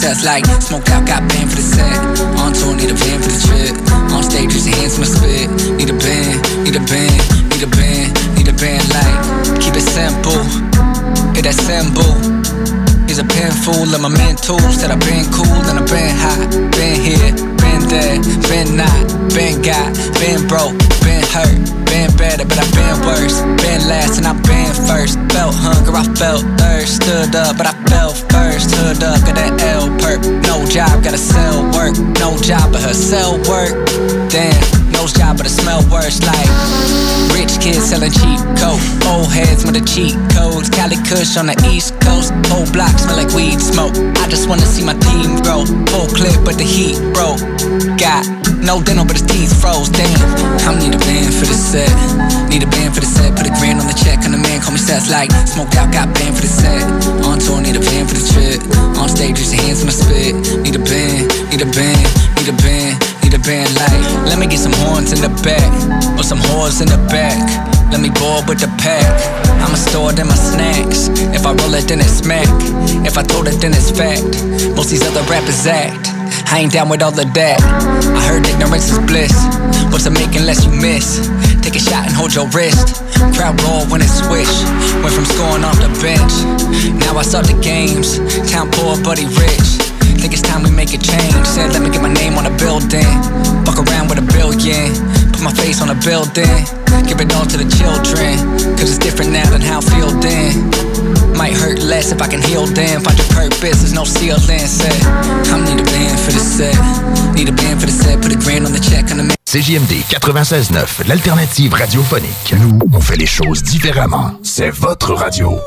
stats like smoked out, got banned for the set. On tour, need a van for the trip. On stage, use your hands when I spit. Need a band, need a band, need a band, need a band like. Keep it simple, hit that symbol. He's a pen fool of my mental. Said I've been cool and I've been hot. Been here, been there, been not. Been got, been broke, been hurt. Been better, but I've been worse. Been last and I've been first. Felt hunger, I felt thirst. Stood up, but I fell first. Hood up, got that L perk. No job, gotta sell work. No job, but her sell work. Damn, nose job, but it smell worse like rich kids selling cheap coke. Old heads with the cheat codes. Cali Kush on the East Coast. Whole block smell like weed smoke. I just wanna see my team grow. Full clip, but the heat broke. Got no dental, but his teeth froze. Damn, I need a band for the set. Need a band for the set. Put a grand on the check, and the man call me stats like smoked out, got banned for the set. On tour, need a band for the trip. On stage, use your hands when I spit. Need a band, need a band, need a band. Need a band like, let me get some horns in the back, or some whores in the back. Let me board with the pack. I'ma store them my snacks. If I roll it, then it's smack. If I told it, then it's fact. Most these other rappers act. I ain't down with all of that. I heard ignorance is bliss. What's it making less you miss? Take a shot and hold your wrist. Crowd roll when it swish. Went from scoring off the bench. Now I saw the games. Town poor, buddy rich. Think it's time we make a change. Said let me get my name on a building. Fuck around with $1 billion. Put my face on a building. Give it all to the children. Cause it's different now than how I feel then. Might hurt less if I can heal them. Find your purpose, there's no ceiling. Said I need a band for the set. Need a band for the set. Put a grand on the check on the man. CJMD 96.9, l'alternative radiophonique. Nous, on fait les choses différemment. C'est votre radio.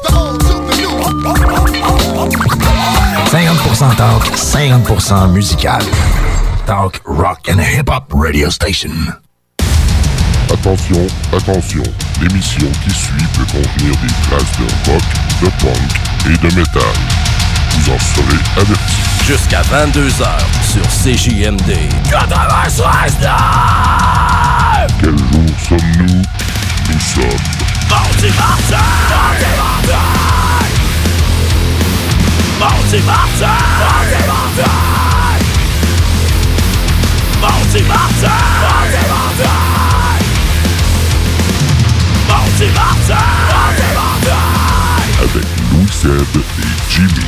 50% talk, 50% musical. Talk, rock and hip-hop radio station. Attention, attention, l'émission qui suit peut contenir des traces de rock, de punk et de métal. Vous en serez avertis. Jusqu'à 22h sur CJMD 96.9. Quel jour sommes-nous? Nous sommes Mardi Martin! Mardi Martin! Mardi Martin! Mardi Martin! Mardi Martin! Mardi Martin! Mardi Martin! Mardi Martin! avec Louis Seb et Jimmy.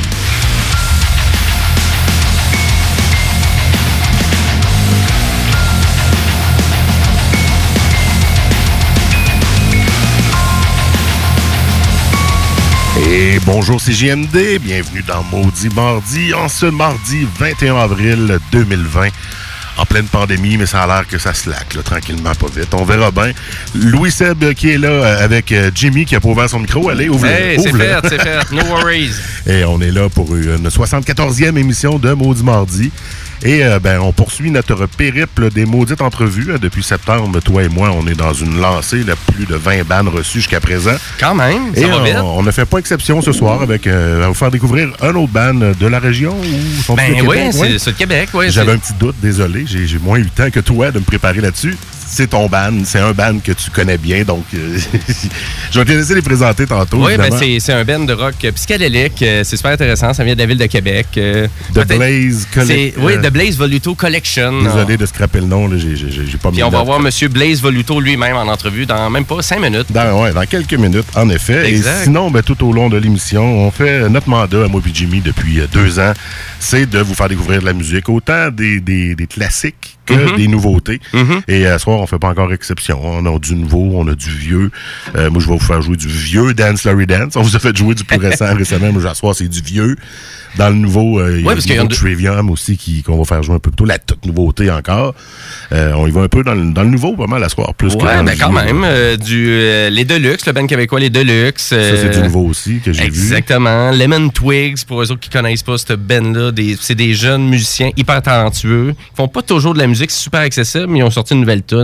Et bonjour CJMD, bienvenue dans Maudit Mardi, en ce mardi 21 avril 2020. En pleine pandémie, mais ça a l'air que ça slack, là, tranquillement, pas vite. On verra bien. Louis Seb qui est là avec Jimmy qui a pas ouvert son micro. Allez, ouvre-le. Hey, c'est fait. No worries. Et on est là pour une 74e émission de Maudit Mardi. Et on poursuit notre périple des maudites entrevues. Depuis septembre, toi et moi, on est dans une lancée de plus de 20 bandes reçues jusqu'à présent. Quand même, ça et va vite. On ne fait pas exception ce soir avec à vous faire découvrir un autre band de la région. Ou sont ben oui, c'est le Québec. Ouais, j'avais un petit doute, désolé. J'ai moins eu le temps que toi de me préparer là-dessus. C'est ton band, c'est un band que tu connais bien, donc je vais te laisser les présenter tantôt. Oui, ben c'est un band de rock psychédélique, c'est super intéressant, ça vient de la ville de Québec. The Blaze Collection. Oui, The Blaze Voluto Collection. Désolé de scraper le nom, là, j'ai pas mis. Puis on va voir M. Blaze Voluto lui-même en entrevue dans même pas 5 minutes. Dans quelques minutes, en effet. Exact. Et sinon, tout au long de l'émission, on fait notre mandat à moi et Jimmy depuis 2 ans, c'est de vous faire découvrir de la musique, autant des classiques que des nouveautés. Et ce soir, on fait pas encore exception. On a du nouveau, on a du vieux. Moi, je vais vous faire jouer du vieux Dance Larry Dance. On vous a fait jouer du plus récent récemment. Moi, ce soir, c'est du vieux. Dans le nouveau, il y a du Trivium aussi qu'on va faire jouer un peu plus tôt. La toute nouveauté encore. On y va un peu dans le nouveau, pas mal à soir. Plus que dans quand même. Les Deluxe, le band québécois Les Deluxe. Ça, c'est du nouveau aussi que j'ai vu. Exactement. Lemon Twigs, pour eux autres qui connaissent pas cette band-là, c'est des jeunes musiciens hyper talentueux. Ils font pas toujours de la musique super accessible, mais ils ont sorti une nouvelle tune.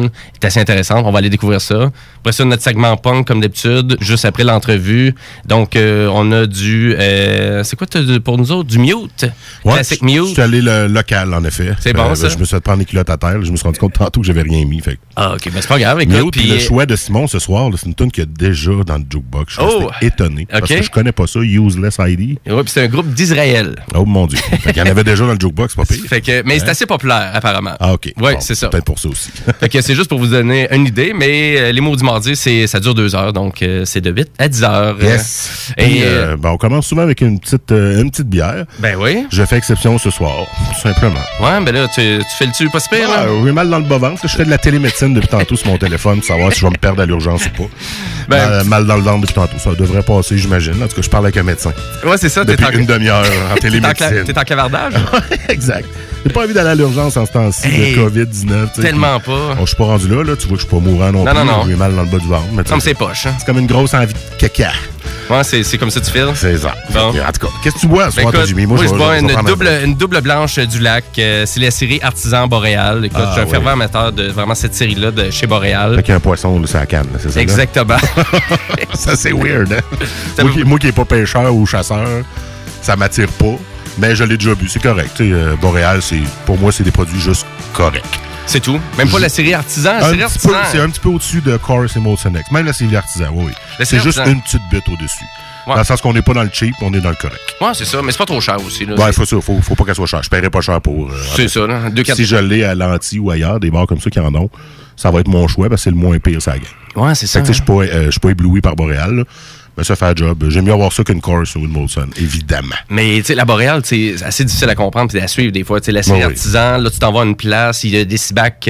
tunes est assez intéressante. On va aller découvrir ça. Après ça, notre segment punk, comme d'habitude, juste après l'entrevue. Donc, on a du... c'est quoi pour nous autres? Du Mute? Ouais, Classic Mute? Je suis allé le local, en effet. C'est bon, ça? Je me suis fait prendre les culottes à terre. Je me suis rendu compte tantôt que j'avais rien mis. Fait. Ah, OK. Ben, c'est pas grave. Écoute, Mute, puis le choix de Simon ce soir, là, c'est une tune qu'il y a déjà dans le jukebox. Je suis resté étonné. Parce que je connais pas ça, Useless ID. Oui, puis c'est un groupe d'Israël. Oh mon Dieu. Fait qu'il y en avait déjà dans le jukebox, c'est pas pire. Fait que, mais c'est assez populaire, apparemment. Ah, OK. Oui, bon, c'est ça. Peut-être pour ça aussi. Fait que c'est juste pour vous donner une idée, mais les mots du mardi, ça dure 2 heures, donc c'est de 8 à 10 heures. Yes. Et on commence souvent avec une petite bière. Ben oui. Je fais exception ce soir, tout simplement. Ouais, ben là, tu fais le tu pas si pire, là? J'ai mal dans le bas-ventre. Je fais de la télémédecine depuis tantôt sur mon téléphone pour savoir si je vais me perdre à l'urgence ou pas. Mal dans le ventre depuis tantôt. Ça devrait passer, j'imagine. En tout cas, je parle avec un médecin. Ouais, c'est ça. Depuis une demi-heure en télémédecine. T'es en clavardage? Exact. J'ai pas envie d'aller à l'urgence en ce temps-ci de COVID-19. Tellement pas. Je suis pas rendu là. Tu vois que je suis pas mourant non plus. J'ai mal dans le bas du ventre. Mais comme c'est poche. Hein? C'est comme une grosse envie de caca. Ouais, c'est comme ça que tu files. C'est ça. Bon. En tout cas, qu'est-ce que tu bois ce soir, Jimmy? Moi, je bois une double blanche du lac. C'est la série Artisan Boréal. Écoute, je suis un fervent amateur de vraiment cette série-là de chez Boréal. Fait qu'il y a un poisson sur la canne, c'est ça? Exactement. Ça, c'est weird, hein? Moi qui n'ai pas pêcheur ou chasseur, ça m'attire pas. Mais je l'ai déjà bu, c'est correct. Boréal, pour moi, c'est des produits juste corrects. C'est tout. Même pas la série Artisan. C'est un petit peu au-dessus de Coors et Molson X. Même la série Artisan, oui. C'est juste une petite bête au-dessus. Ouais. Dans le sens qu'on n'est pas dans le cheap, on est dans le correct. Ouais, c'est ça. Mais c'est pas trop cher aussi. Là. Ouais, faut pas qu'elle soit chère. Je paierais pas cher pour. C'est ça, là. Si je l'ai à l'anti ou ailleurs, des bars comme ça qui en ont, ça va être mon choix parce que c'est le moins pire, ça gagne. Ouais, c'est ça. Je suis pas ébloui par Boréal, là. Ben, ça fait un job. J'aime mieux avoir ça qu'une Coors ou une Molson, évidemment. Mais, tu sais, la Boréal, c'est assez difficile à comprendre et à suivre des fois. Tu sais, la série Artisan, là, tu t'en vas à une place, il y a des six-packs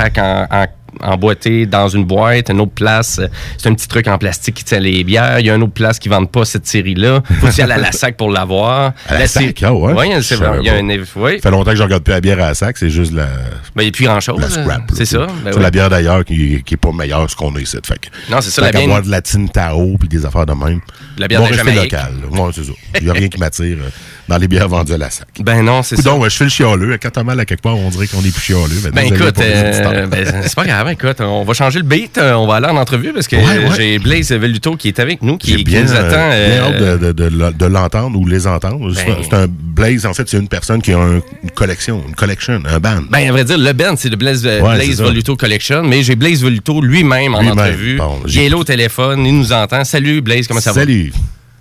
emboîtés dans une boîte. Une autre place, c'est un petit truc en plastique qui tient les bières. Il y a une autre place qui ne vendent pas cette série-là. Faut que tu ailles à la SAC pour l'avoir. À la SAC, ouais? Oui, c'est vrai. Ça fait longtemps que je regarde plus la bière à la SAC, c'est juste la... Ben, il n'y a plus grand-chose. La scrap. C'est ça. Ben, c'est la bière d'ailleurs qui n'est pas meilleure que ce qu'on a ici. Fait que, non, c'est ça. La bière... avoir de la Tintao puis des affaires de même. La bière de Jamaïque. Local. Ouais, c'est ça. Il n'y a rien qui m'attire dans les bières vendues à la SAC. Ben non, c'est ça. Donc, je fais le chialeux. Quand t'as mal à quelque part, on dirait qu'on est plus chialeux. Ben écoute, c'est pas grave. Écoute, on va changer le beat. On va aller en entrevue parce que j'ai Blaze Veluto qui est avec nous, qui nous attend. J'ai hâte de l'entendre ou les entendre. C'est un Blaze, en fait, c'est une personne qui a une collection, un band. Ben, à vrai dire, le band, c'est le Blaze Veluto Collection, mais j'ai Blaze Veluto lui-même en entrevue. Bon, il est là au téléphone, il nous entend. Salut Blaze, comment ça va? Salut!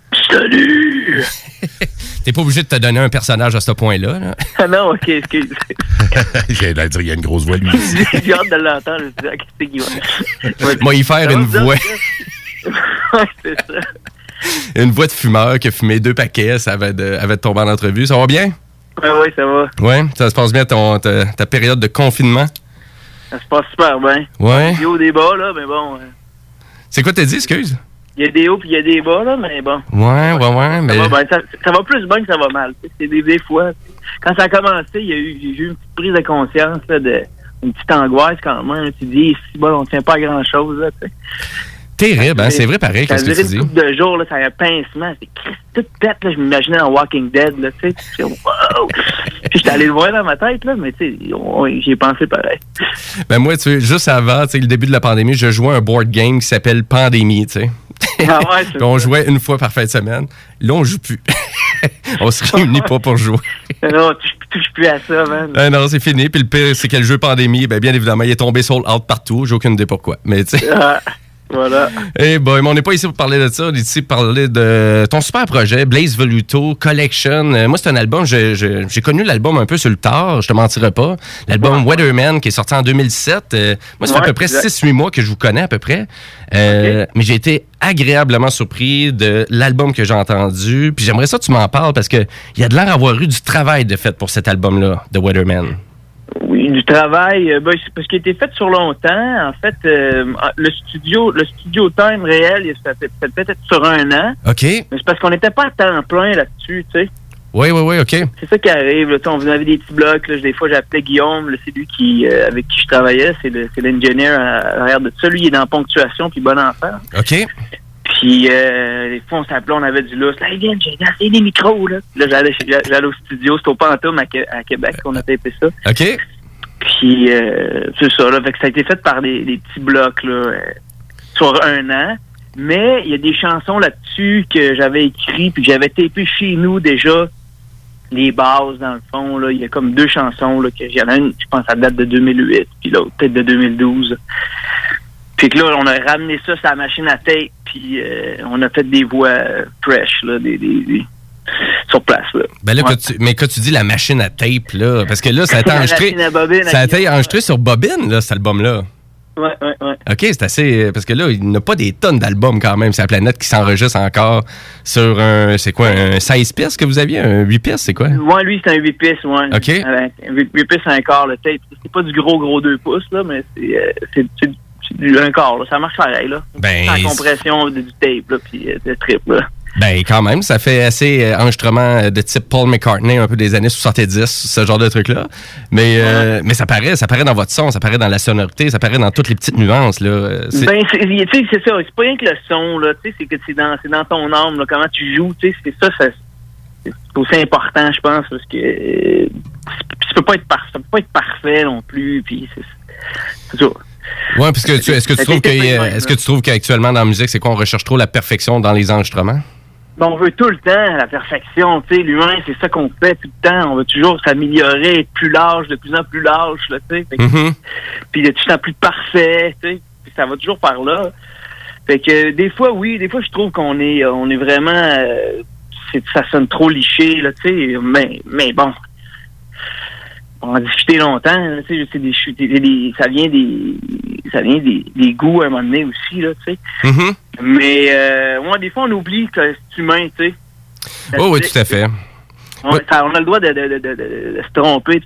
T'es pas obligé de te donner un personnage à ce point-là. Là. Ah non, ok, excuse. J'ai l'air de dire qu'il y a une grosse voix, lui. J'ai hâte de l'entendre. Je me dis, moi, y faire une voix. Ouais, c'est ça. Une voix de fumeur qui a fumé 2 paquets, ça avait de tomber en entrevue. Ça va bien? Oui, ça va. Ouais, ça se passe bien ta période de confinement? Ça se passe super bien. Ouais. Il y a des bas, là, mais bon. C'est quoi t'as dit, excuse? Il y a des hauts puis il y a des bas, là, mais bon. Ouais, mais... Ça va plus bien que ça va mal. C'est des fois. Quand ça a commencé, j'ai eu une petite prise de conscience, là, une petite angoisse quand même. Tu dis, si bon, on tient pas à grand-chose, là, tu sais. Terrible, hein? C'est vrai pareil, qu'est-ce que tu dis? Ça a duré une couple de jours, là, ça a un pincement. C'était toute tête, là, je m'imaginais dans Walking Dead, là, tu sais. Wow! Puis j'étais allé le voir dans ma tête, là, mais tu sais, j'ai pensé pareil. Ben moi, tu sais, juste avant, tu sais, le début de la pandémie, je jouais un board game qui s'appelle Pandémie, tu sais. Ah ouais, c'est on jouait une fois par fin de semaine. Là, on joue plus. On se réunit pas pour jouer. Non, tu touches plus à ça, man. Non, c'est fini. Puis le pire, c'est que le jeu Pandémie, ben, bien évidemment, il est tombé sold out partout. J'ai aucune idée pourquoi. Mais tu sais. Voilà. Eh ben, mais on n'est pas ici pour parler de ça. On est ici pour parler de ton super projet, Blaze Veluto Collection. Moi, c'est un album, j'ai connu l'album un peu sur le tard, je te mentirais pas. L'album Weatherman qui est sorti en 2007. Moi, ça fait à peu près 6-8 mois que je vous connais à peu près. Mais j'ai été agréablement surpris de l'album que j'ai entendu. Puis j'aimerais ça que tu m'en parles parce qu'il y a de l'air d'avoir eu du travail de fait pour cet album-là, de Weatherman. Oui, du travail, c'est parce qu'il a été fait sur longtemps. En fait, le studio time réel, ça fait peut-être sur 1 an. OK. Mais c'est parce qu'on n'était pas à temps plein là-dessus, tu sais. Oui, OK. C'est ça qui arrive. Là, on avait des petits blocs. Là, des fois, j'appelais Guillaume. Là, c'est lui avec qui je travaillais. C'est l'ingénieur à l'arrière de ça. Lui, il est dans ponctuation puis bon enfant. OK. Puis, des fois, on s'appelait, on avait du lousse. Là, viens, j'ai lancé des micros, là. Là, j'allais au studio. C'était au Pantoum à Québec qu'on a tapé ça. OK. Puis c'est ça, là. Fait que ça a été fait par des petits blocs là, sur 1 an. Mais il y a des chansons là-dessus que j'avais écrites puis que j'avais tapé chez nous déjà. Les bases, dans le fond, là. Il y a comme 2 chansons là, que j'en ai une, je pense, ça date de 2008, puis l'autre peut-être de 2012. Puis que là, on a ramené ça sur la machine à tape, puis on a fait des voix fresh, là, des sur place, là. Ben là, mais quand tu dis la machine à tape, là, parce que là, ça a été enregistré. Ça a été enregistré sur bobine, là, cet album-là. Ouais. OK, c'est assez... Parce que là, il n'y a pas des tonnes d'albums quand même. C'est la planète qui s'enregistre encore sur un... C'est quoi, un 16 pistes que vous aviez? Un 8 pistes, c'est quoi? Ouais, lui, c'est un 8 pistes, ouais. OK. 8 pistes, c'est un quart, le tape. C'est pas du gros 2 pouces, là, mais c'est du un quart, là. Ça marche pareil, là. Ben... C'est la compression du tape, là, puis de trip, là. Ben, quand même, ça fait assez enregistrement de type Paul McCartney, un peu des années 70, ce genre de truc-là. Mais ça paraît dans votre son, ça paraît dans la sonorité, ça paraît dans toutes les petites nuances, là. Ben, tu sais, c'est ça. C'est pas rien que le son, là. Tu sais, c'est que c'est dans ton âme, là. Comment tu joues, tu sais, c'est aussi important, je pense, parce que ça peut pas être parfait non plus, puis c'est ça. Ouais, parce que est-ce que tu trouves qu'actuellement dans la musique, c'est qu'on recherche trop la perfection dans les enregistrements? Ben, on veut tout le temps la perfection, tu sais, l'humain, c'est ça qu'on fait tout le temps, on veut toujours s'améliorer, être plus large, de plus en plus large, là, tu sais, puis de tout le temps plus parfait, tu sais, puis ça va toujours par là. Fait que des fois, je trouve qu'on est vraiment, ça sonne trop liché, là, tu sais, mais bon, on va en discuter longtemps, tu sais, ça vient des goûts à un moment donné aussi, là, tu sais. Mais moi, des fois, on oublie que c'est humain, tu sais. Oh oui, tout à fait. On a le droit de se tromper,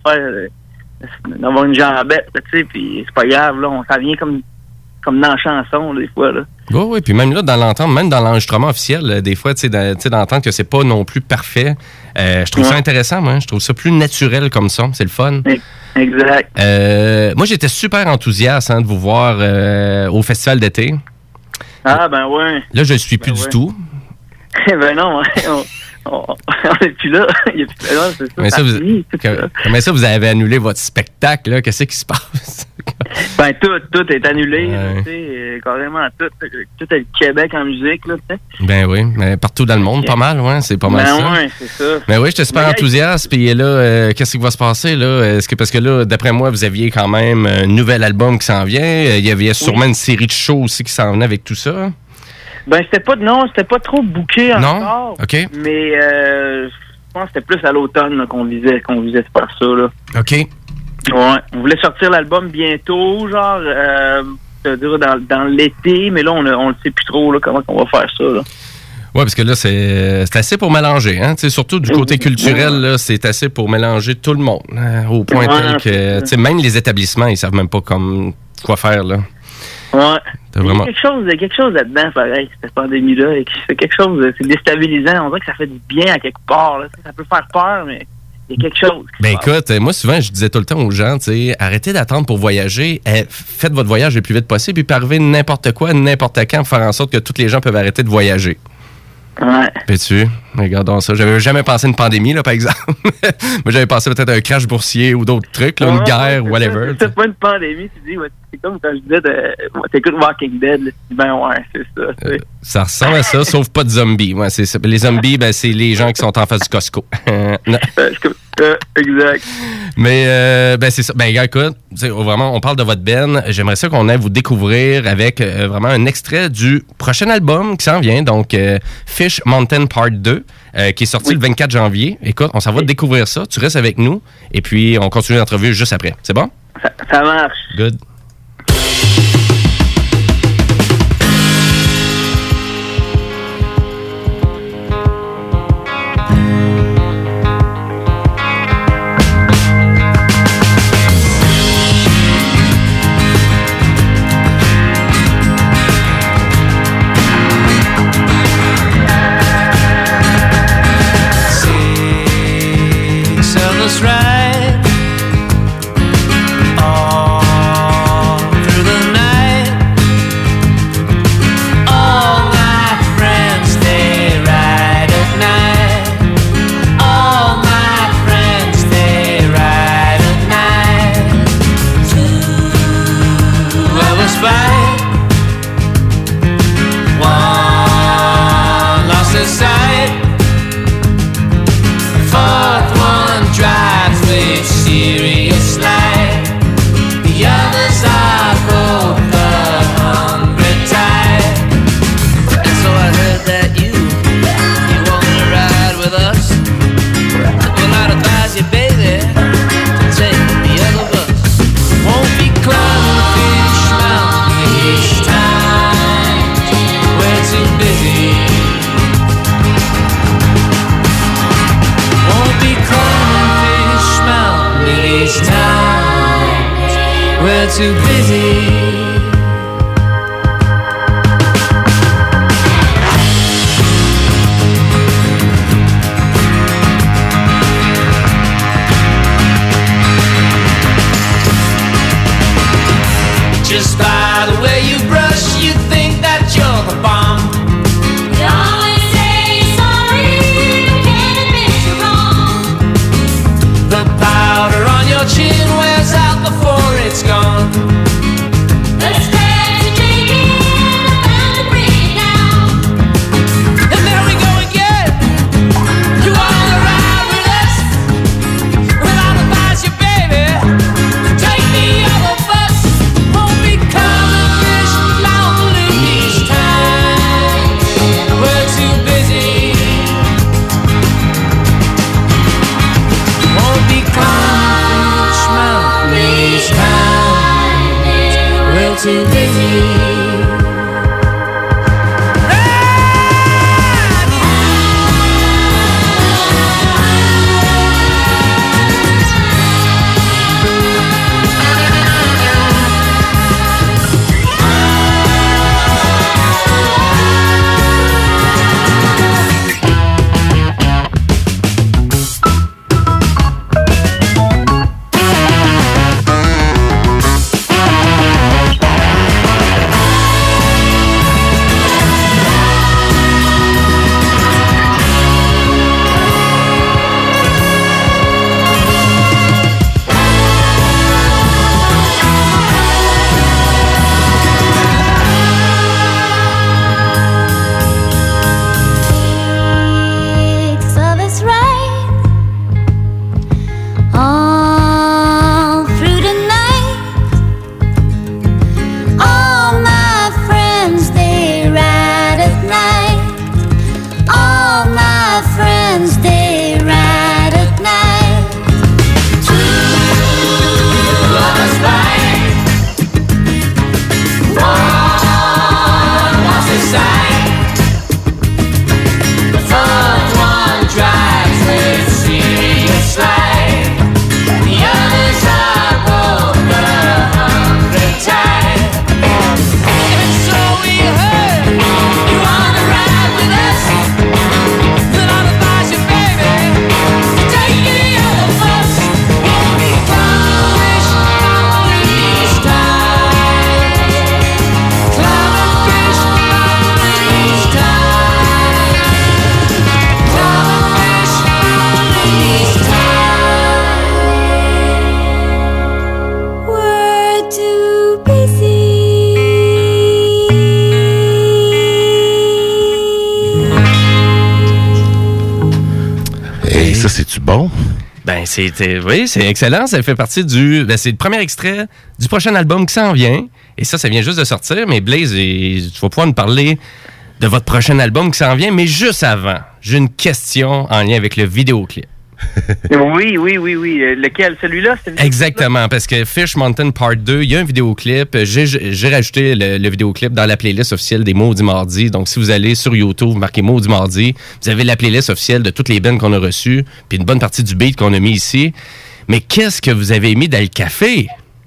d'avoir une jambette, tu sais, puis c'est pas grave, là, ça vient comme dans la chanson, là, des fois, là. Oh oui, puis même là, dans l'entendre, même dans l'enregistrement officiel, des fois, tu sais, d'entendre que c'est pas non plus parfait, je trouve ça intéressant, moi. Je trouve ça plus naturel comme ça. C'est le fun. Exact. Moi, j'étais super enthousiaste de vous voir au festival d'été. Ah, ben ouais. Là, je le suis plus du tout. Ben non, on n'est plus là. Il y a plus là, c'est ça. Comment ça, vous avez annulé votre spectacle, là? Qu'est-ce qui se passe? Ben, tout est annulé, tu sais, carrément tout. Tout est le Québec en musique, là, tu sais. Ben oui, mais partout dans le monde, pas mal, ouais, c'est pas mal ça. Ben ouais, c'est ça. Ben oui, j'étais super enthousiaste, puis là, qu'est-ce qui va se passer, là? Parce que là, d'après moi, vous aviez quand même un nouvel album qui s'en vient. Il y avait sûrement une série de shows aussi qui s'en venait avec tout ça. Ben, c'était pas trop booké encore. Non? OK. Mais je pense que c'était plus à l'automne là, qu'on visait de faire ça, là. OK. Ouais. On voulait sortir l'album bientôt, genre, c'est-à-dire dans l'été, mais là, on le sait plus trop, là, comment on va faire ça, là. Oui, parce que là, c'est assez pour mélanger, hein. T'sais, surtout du côté culturel, là, c'est assez pour mélanger tout le monde, hein, au point tel que même les établissements, ils savent même pas quoi faire, là. Ouais. Il y a quelque chose là-dedans, pareil, cette pandémie-là. C'est quelque chose, c'est déstabilisant. On dirait que ça fait du bien à quelque part, là. Ça peut faire peur, mais il y a quelque chose. Ben écoute, moi souvent, je disais tout le temps aux gens, arrêtez d'attendre pour voyager. Faites votre voyage le plus vite possible, puis arriver n'importe quoi, n'importe quand, pour faire en sorte que tous les gens peuvent arrêter de voyager. Ouais. Puis regardons ça. J'avais jamais pensé à une pandémie, là, par exemple. Moi, j'avais pensé peut-être à un crash boursier ou d'autres trucs, là, une guerre, whatever. C'est pas une pandémie, tu dis, c'est comme quand je disais, t'écoutes Walking Dead, là, tu dis, ben ouais, c'est ça. Ça ressemble à ça, sauf pas de zombies. Ouais, c'est ça. Les zombies, ben, c'est les gens qui sont en face du Costco. Exact. Mais, ben, c'est ça. Ben, écoute, vraiment, on parle de votre band. J'aimerais ça qu'on aille vous découvrir avec vraiment un extrait du prochain album qui s'en vient, donc Fish Mountain Part 2. Qui est sorti le 24 janvier. Écoute, on s'en va découvrir ça. Tu restes avec nous. Et puis, on continue l'entrevue juste après. C'est bon? Ça marche. Good. Right. Oh. we're too busy. Just by the way you brush, you think that you're the bomb. You always say sorry, you can't admit you're wrong. The powder on your chin wears out before it's gone. The steps you're taking are bound to bring it down. And there we go again. You wanna ride with us? Well, I'll advise you, baby, take the other bus. Won't be coming fish lonely these times. We're too busy. Won't be coming fish lonely these times. We're too busy. Ça, c'est-tu bon? Ben, oui, c'est excellent. Ça fait partie du... Ben, c'est le premier extrait du prochain album qui s'en vient. Et ça vient juste de sortir. Mais Blaze, tu vas pouvoir nous parler de votre prochain album qui s'en vient. Mais juste avant, j'ai une question en lien avec le vidéoclip. Oui. Lequel? Celui-là? Exactement, parce que Fish Mountain Part 2, il y a un vidéoclip. J'ai rajouté le vidéoclip dans la playlist officielle des Maudits Mardis. Donc, si vous allez sur YouTube, vous marquez Maudits Mardis, vous avez la playlist officielle de toutes les bands qu'on a reçues, puis une bonne partie du beat qu'on a mis ici. Mais qu'est-ce que vous avez mis dans le café?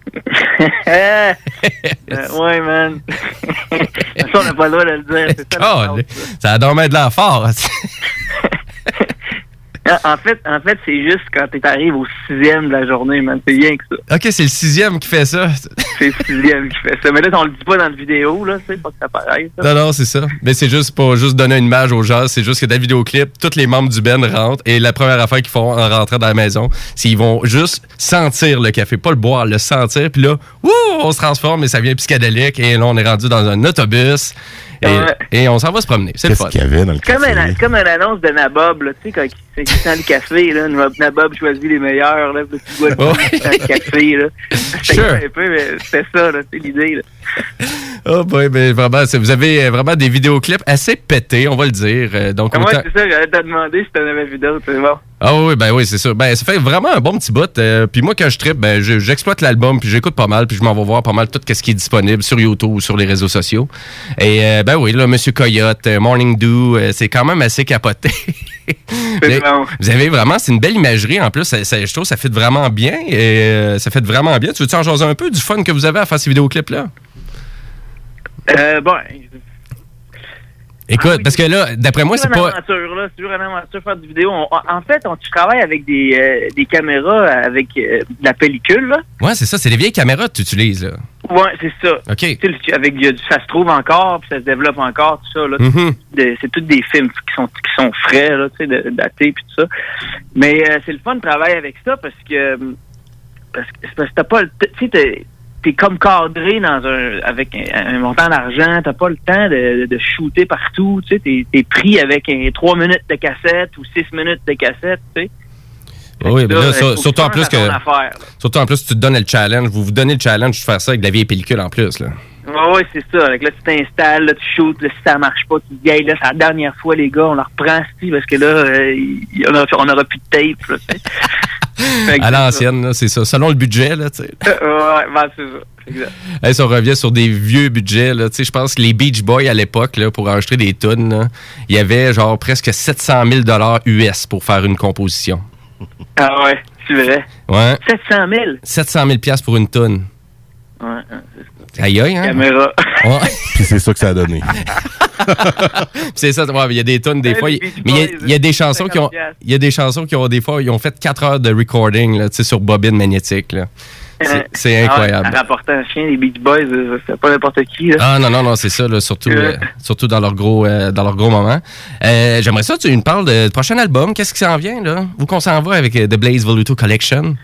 Ouais, man. Ça, on n'a pas le droit de le dire. C'est ça, ça a dormi de l'air fort. En fait, c'est juste quand tu arrives au 6e de la journée, man. C'est rien que ça. OK, c'est le 6e qui fait ça. C'est le 6e qui fait ça. Mais là, on le dit pas dans la vidéo, là. C'est pas que ça paraît, ça. Non, c'est ça. Mais c'est juste pour donner une image aux gens. C'est juste que dans le vidéoclip, tous les membres du band rentrent et la première affaire qu'ils font en rentrant dans la maison, c'est qu'ils vont juste sentir le café. Pas le boire, le sentir. Puis là, on se transforme et ça devient psychédélique. Et là, on est rendu dans un autobus. Et on s'en va se promener. C'est le fun. Qu'est-ce qu'il y avait dans le café? Comme une annonce de Nabob, là, tu sais, quand il sent le café, là, Nabob choisit les meilleurs, là, puis tu bois le café, là. C'était un peu, mais c'était ça, là, c'est l'idée, là. Oh boy, mais vraiment, vous avez vraiment des vidéoclips assez pétés, on va le dire. Donc, moi, c'est ça, j'allais te demander si t'en avais vu d'autres, c'est bon. Ah oui, c'est ça. Ben, ça fait vraiment un bon petit bout. Puis moi, quand je trippe, ben, j'exploite l'album, puis j'écoute pas mal, puis je m'en vais voir pas mal tout ce qui est disponible sur YouTube ou sur les réseaux sociaux. Et ben oui, là, Monsieur Coyote, Morning Dew, c'est quand même assez capoté. Vous avez vraiment, c'est une belle imagerie en plus. Je trouve que ça fait vraiment bien. Ça fait vraiment bien. Tu veux-tu en jaser un peu du fun que vous avez à faire ces vidéoclips-là? Écoute, parce que là, d'après moi, c'est pas... C'est toujours une aventure faire des vidéos. En fait, tu travailles avec des caméras avec de la pellicule, là. Ouais, c'est ça. C'est des vieilles caméras que tu utilises, là. Ouais, c'est ça. OK. Ça se trouve encore, puis ça se développe encore, tout ça, là. C'est tous des films qui sont frais, là, tu sais, datés, puis tout ça. Mais c'est le fun de travailler avec ça parce que t'as pas le... Tu sais, t'es comme cadré avec un montant d'argent, t'as pas le temps de shooter partout, tu sais, t'es pris avec 3 minutes de cassette ou 6 minutes de cassette, tu sais. Oui, mais là, surtout en plus tu te donnes le challenge, vous donnez le challenge de faire ça avec de la vieille pellicule en plus, là. Oui, c'est ça. Là, tu t'installes, là, tu shootes, là, si ça marche pas, tu te dis, hey, là, c'est la dernière fois, les gars, on la reprend, parce que là, on aura plus de tape, là, tu sais. À l'ancienne, là, c'est ça. Selon le budget, là, tu sais. Ouais, c'est ça. Exact. Hey, si on revient sur des vieux budgets, là, tu sais, je pense que les Beach Boys, à l'époque, là, pour enregistrer des tunes, là, il y avait genre presque 700 000 US pour faire une composition. Ah ouais, c'est vrai. Ouais. 700 000? 700 000 $ pour une tune. Ouais, c'est ça. Aïe, aïe, hein? Caméra. Ouais. Puis c'est ça que ça a donné. C'est ça, ouais, il y a des tunes des fois, mais il y a des chansons qui ont, des fois, ils ont fait 4 heures de recording, là, tu sais, sur bobine magnétique, là. C'est incroyable. En rapportant un chien, les Beach Boys, c'est pas n'importe qui, là. Ah non, c'est ça, là, surtout dans leur gros moment. J'aimerais ça, tu nous parles du prochain album. Qu'est-ce qui s'en vient, là? Où qu'on s'en va avec The Blaze Voluto Collection?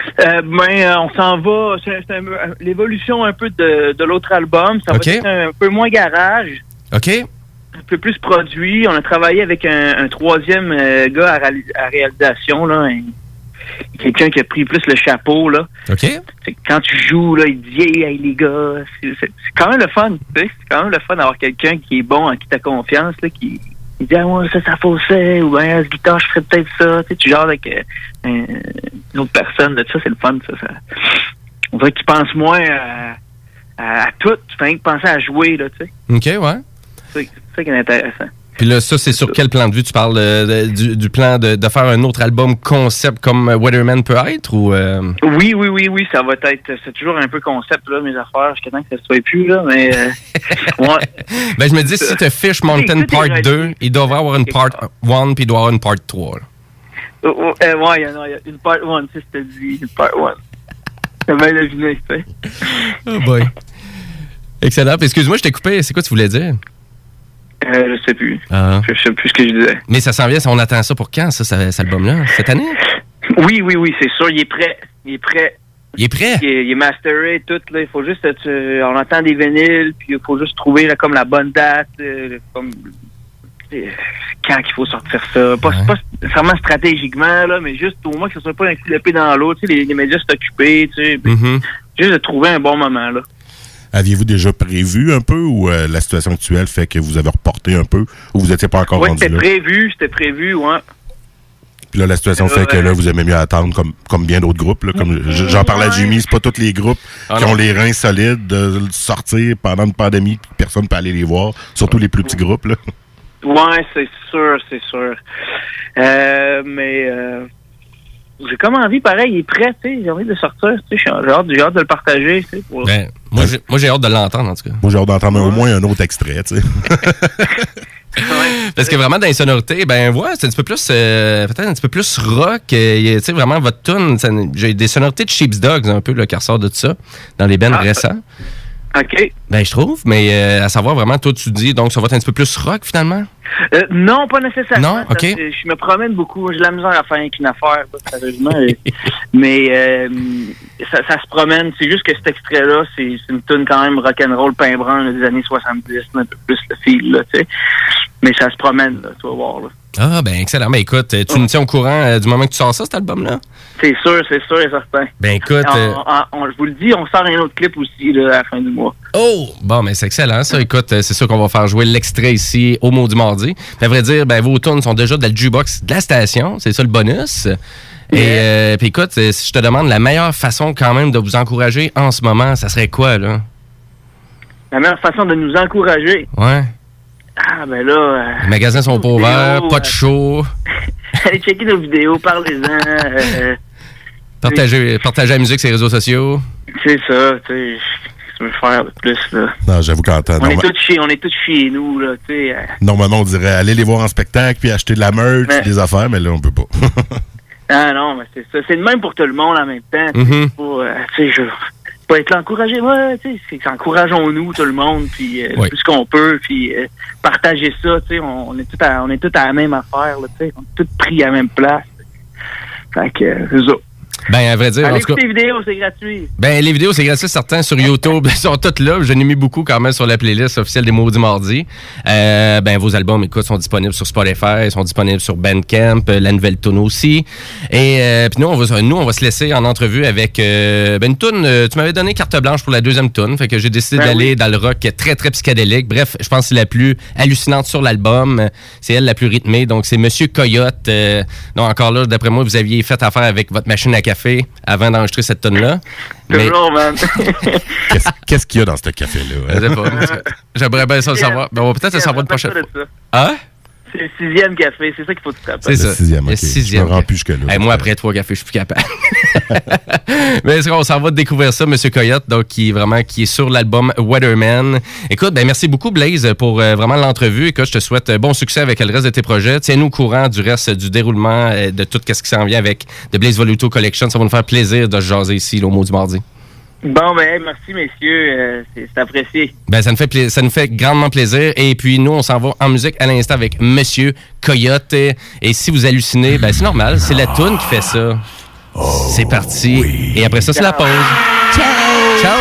On s'en va. C'est l'évolution un peu de l'autre album. Ça va être un peu moins garage. OK. Un peu plus produit. On a travaillé avec un troisième gars à réalisation, là. Quelqu'un qui a pris plus le chapeau, là. OK. Quand tu joues, là, il dit hey les gars, c'est quand même le fun, tu sais. C'est quand même le fun d'avoir quelqu'un qui est bon, en qui t'as confiance, là, qui dit ah ouais, ça faussait, ou bien ce guitare, je ferais peut-être ça. Tu sais, tu genre avec une autre personne, là, ça, c'est le fun, ça. On dirait qu'il pense moins à tout, tu fais rien que penser à jouer, là, tu sais. OK, ouais. C'est ça qui est intéressant. Puis là, ça, c'est sur quel plan de vue? Tu parles du plan de faire un autre album concept comme Weatherman peut être? Ou Oui, ça va être... C'est toujours un peu concept, là, mes affaires, jusqu'à temps que ça se soit plus, là, mais... ouais. Ben, je me dis, si tu Fish Mountain Part 2, il doit y avoir une Part 1, puis il doit y avoir une Part 3, là. Ouais, il y a une Part 1, tu sais, je te dis, une Part 1. T'as bien deviné, tu sais. Oh boy. Excellent. Puis, excuse-moi, je t'ai coupé. C'est quoi tu voulais dire? Je sais plus. Je sais plus ce que je disais. Mais ça s'en vient, on attend ça pour quand, cet album-là? Cette année? Oui, c'est sûr. Il est prêt. Il est prêt? Il est masteré, tout. Là. Il faut juste... on attend des vinyles, puis il faut juste trouver là, comme la bonne date, comme... quand il faut sortir ça. Pas vraiment stratégiquement, là, mais juste au moins que ça soit pas un coup d'épée dans l'autre. Tu sais, les médias sont occupés, tu sais. Juste de trouver un bon moment, là. Aviez-vous déjà prévu un peu ou la situation actuelle fait que vous avez reporté un peu ou vous n'étiez pas encore rendu là? C'était prévu, ouais. Puis là, la situation fait que là, vous aimez mieux attendre comme bien d'autres groupes. Là, comme j'en parlais à Jimmy, c'est pas tous les groupes qui ont les reins solides de sortir pendant une pandémie, personne ne peut aller les voir, surtout les plus petits groupes. Là. Ouais, c'est sûr. Mais j'ai comme envie, pareil, il est prêt, tu sais, j'ai envie de sortir, tu sais, j'ai hâte de le partager, tu sais. Pour... Ben, moi, j'ai hâte de l'entendre, en tout cas. Moi, j'ai hâte d'entendre au moins un autre extrait, tu sais. Parce que vraiment, dans les sonorités, ben, ouais, c'est un petit peu plus, peut-être un petit peu plus rock. Tu sais, vraiment, votre tune, j'ai des sonorités de Sheep's Dogs, un peu, là, qui ressort de tout ça, dans les bands récents. OK. Ben, je trouve, mais à savoir vraiment, toi, tu dis, donc, ça va être un petit peu plus rock, finalement? Non, pas nécessairement. Non? OK. Je me promène beaucoup. J'ai de la misère à faire une affaire, sérieusement. Mais ça se promène. C'est juste que cet extrait-là, c'est une tune quand même rock'n'roll pain brun des années 70, un peu plus le fil, là, tu sais. Mais ça se promène, là, tu vas voir, là. Ah, ben, excellent. Ben, écoute, tu nous tiens au courant du moment que tu sors ça, cet album-là? C'est sûr et certain. Ben, écoute... je vous le dis, on sort un autre clip aussi, là, à la fin du mois. Oh! Bon, mais c'est excellent, ça. Écoute, c'est sûr qu'on va faire jouer l'extrait ici au Maudit Mardi. Puis, à vrai dire, ben, vos tunes sont déjà dans le jukebox de la station. C'est ça, le bonus. Et puis, écoute, si je te demande la meilleure façon, quand même, de vous encourager en ce moment, ça serait quoi, là? La meilleure façon de nous encourager? Ouais. Ah, ben là... les magasins sont pas ouverts, pas de show. allez checker nos vidéos, parlez-en. Partagez la musique sur les réseaux sociaux. C'est ça, tu sais. Tu veux faire de plus, là. Non, j'avoue qu'en temps... On est tous chez nous, là, tu sais. Normalement, on dirait aller les voir en spectacle puis acheter de la merch, des affaires, mais là, on peut pas. Ah non, mais c'est ça. C'est le même pour tout le monde en même temps. Mm-hmm. Tu sais, pas être là encouragé. Ouais, tu sais, c'est encourageons-nous, tout le monde, puis oui. tout ce qu'on peut, puis partager ça, tu sais. On est tous à la même affaire, là, tu sais. On est tous pris à la même place. Fait que, c'est ça. Ben, à vrai dire, allez en tout cas, écouter les vidéos, c'est gratuit. Ben, les vidéos, c'est gratuit, certains sur YouTube. Ils sont toutes là. J'en ai mis beaucoup quand même sur la playlist officielle des Maudits Mardis. Ben, vos albums, écoute, sont disponibles sur Spotify, sont disponibles sur Bandcamp, la nouvelle tune aussi. Et puis nous, on va se laisser en entrevue avec une tune. Tu m'avais donné carte blanche pour la deuxième tune, fait que j'ai décidé d'aller dans le rock très, très psychédélique. Bref, je pense que c'est la plus hallucinante sur l'album. C'est elle la plus rythmée. Donc, c'est Monsieur Coyote. Donc, encore là, d'après moi, vous aviez fait affaire avec votre machine à café avant d'enregistrer cette tonne-là. Toujours, man. Qu'est-ce qu'il y a dans ce café-là? Je sais pas. J'aimerais bien ça le savoir. Ben, on va peut-être le savoir une prochaine fois. Ah? C'est le 6e café, c'est ça qu'il faut que tu te rappelles. C'est ça. Le 6e, okay. Le 6e. Je me rends plus jusque-là. Moi, après 3 cafés, je suis plus capable. Mais on s'en va de découvrir ça, Monsieur Coyote, donc qui est sur l'album Weatherman. Écoute, ben merci beaucoup, Blaze, pour vraiment l'entrevue. Écoute, je te souhaite bon succès avec le reste de tes projets. Tiens-nous au courant du reste du déroulement de tout ce qui s'en vient avec The Blaze Voluto Collection. Ça va nous faire plaisir de se jaser ici, au Maudits Mardis. Bon, ben, merci, messieurs. C'est apprécié. Ben, ça nous fait grandement plaisir. Et puis, nous, on s'en va en musique à l'instant avec Monsieur Coyote. Et si vous hallucinez, ben, c'est normal. C'est la toune qui fait ça. C'est parti. Oui. Et après ça, c'est la pause. Ciao! Ciao!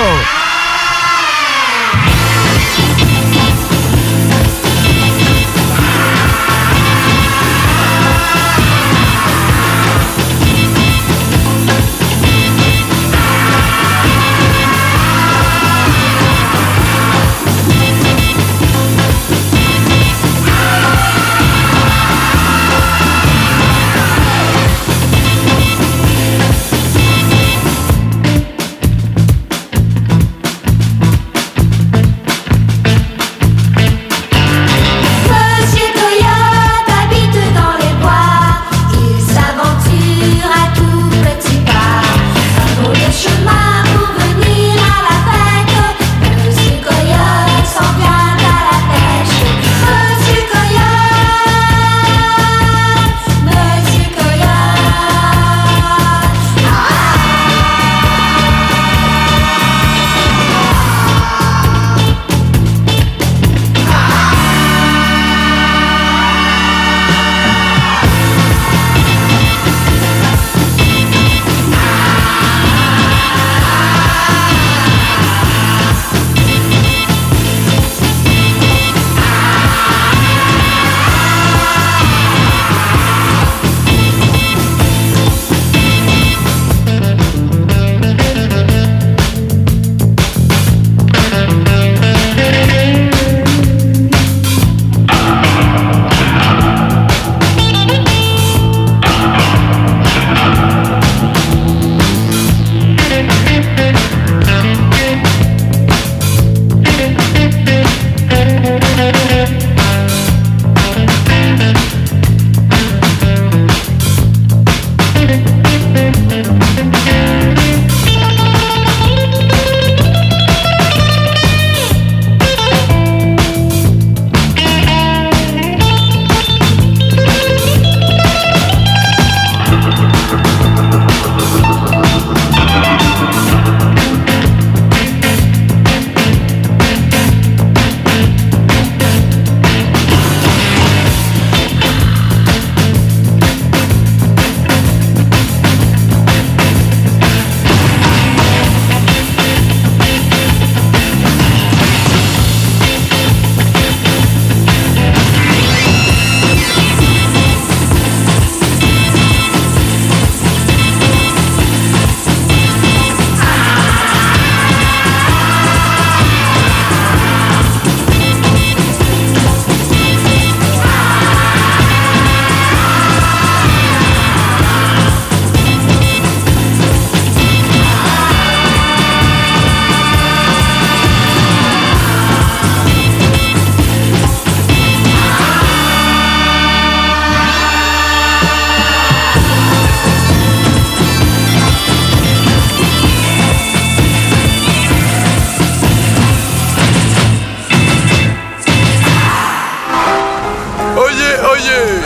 yeah!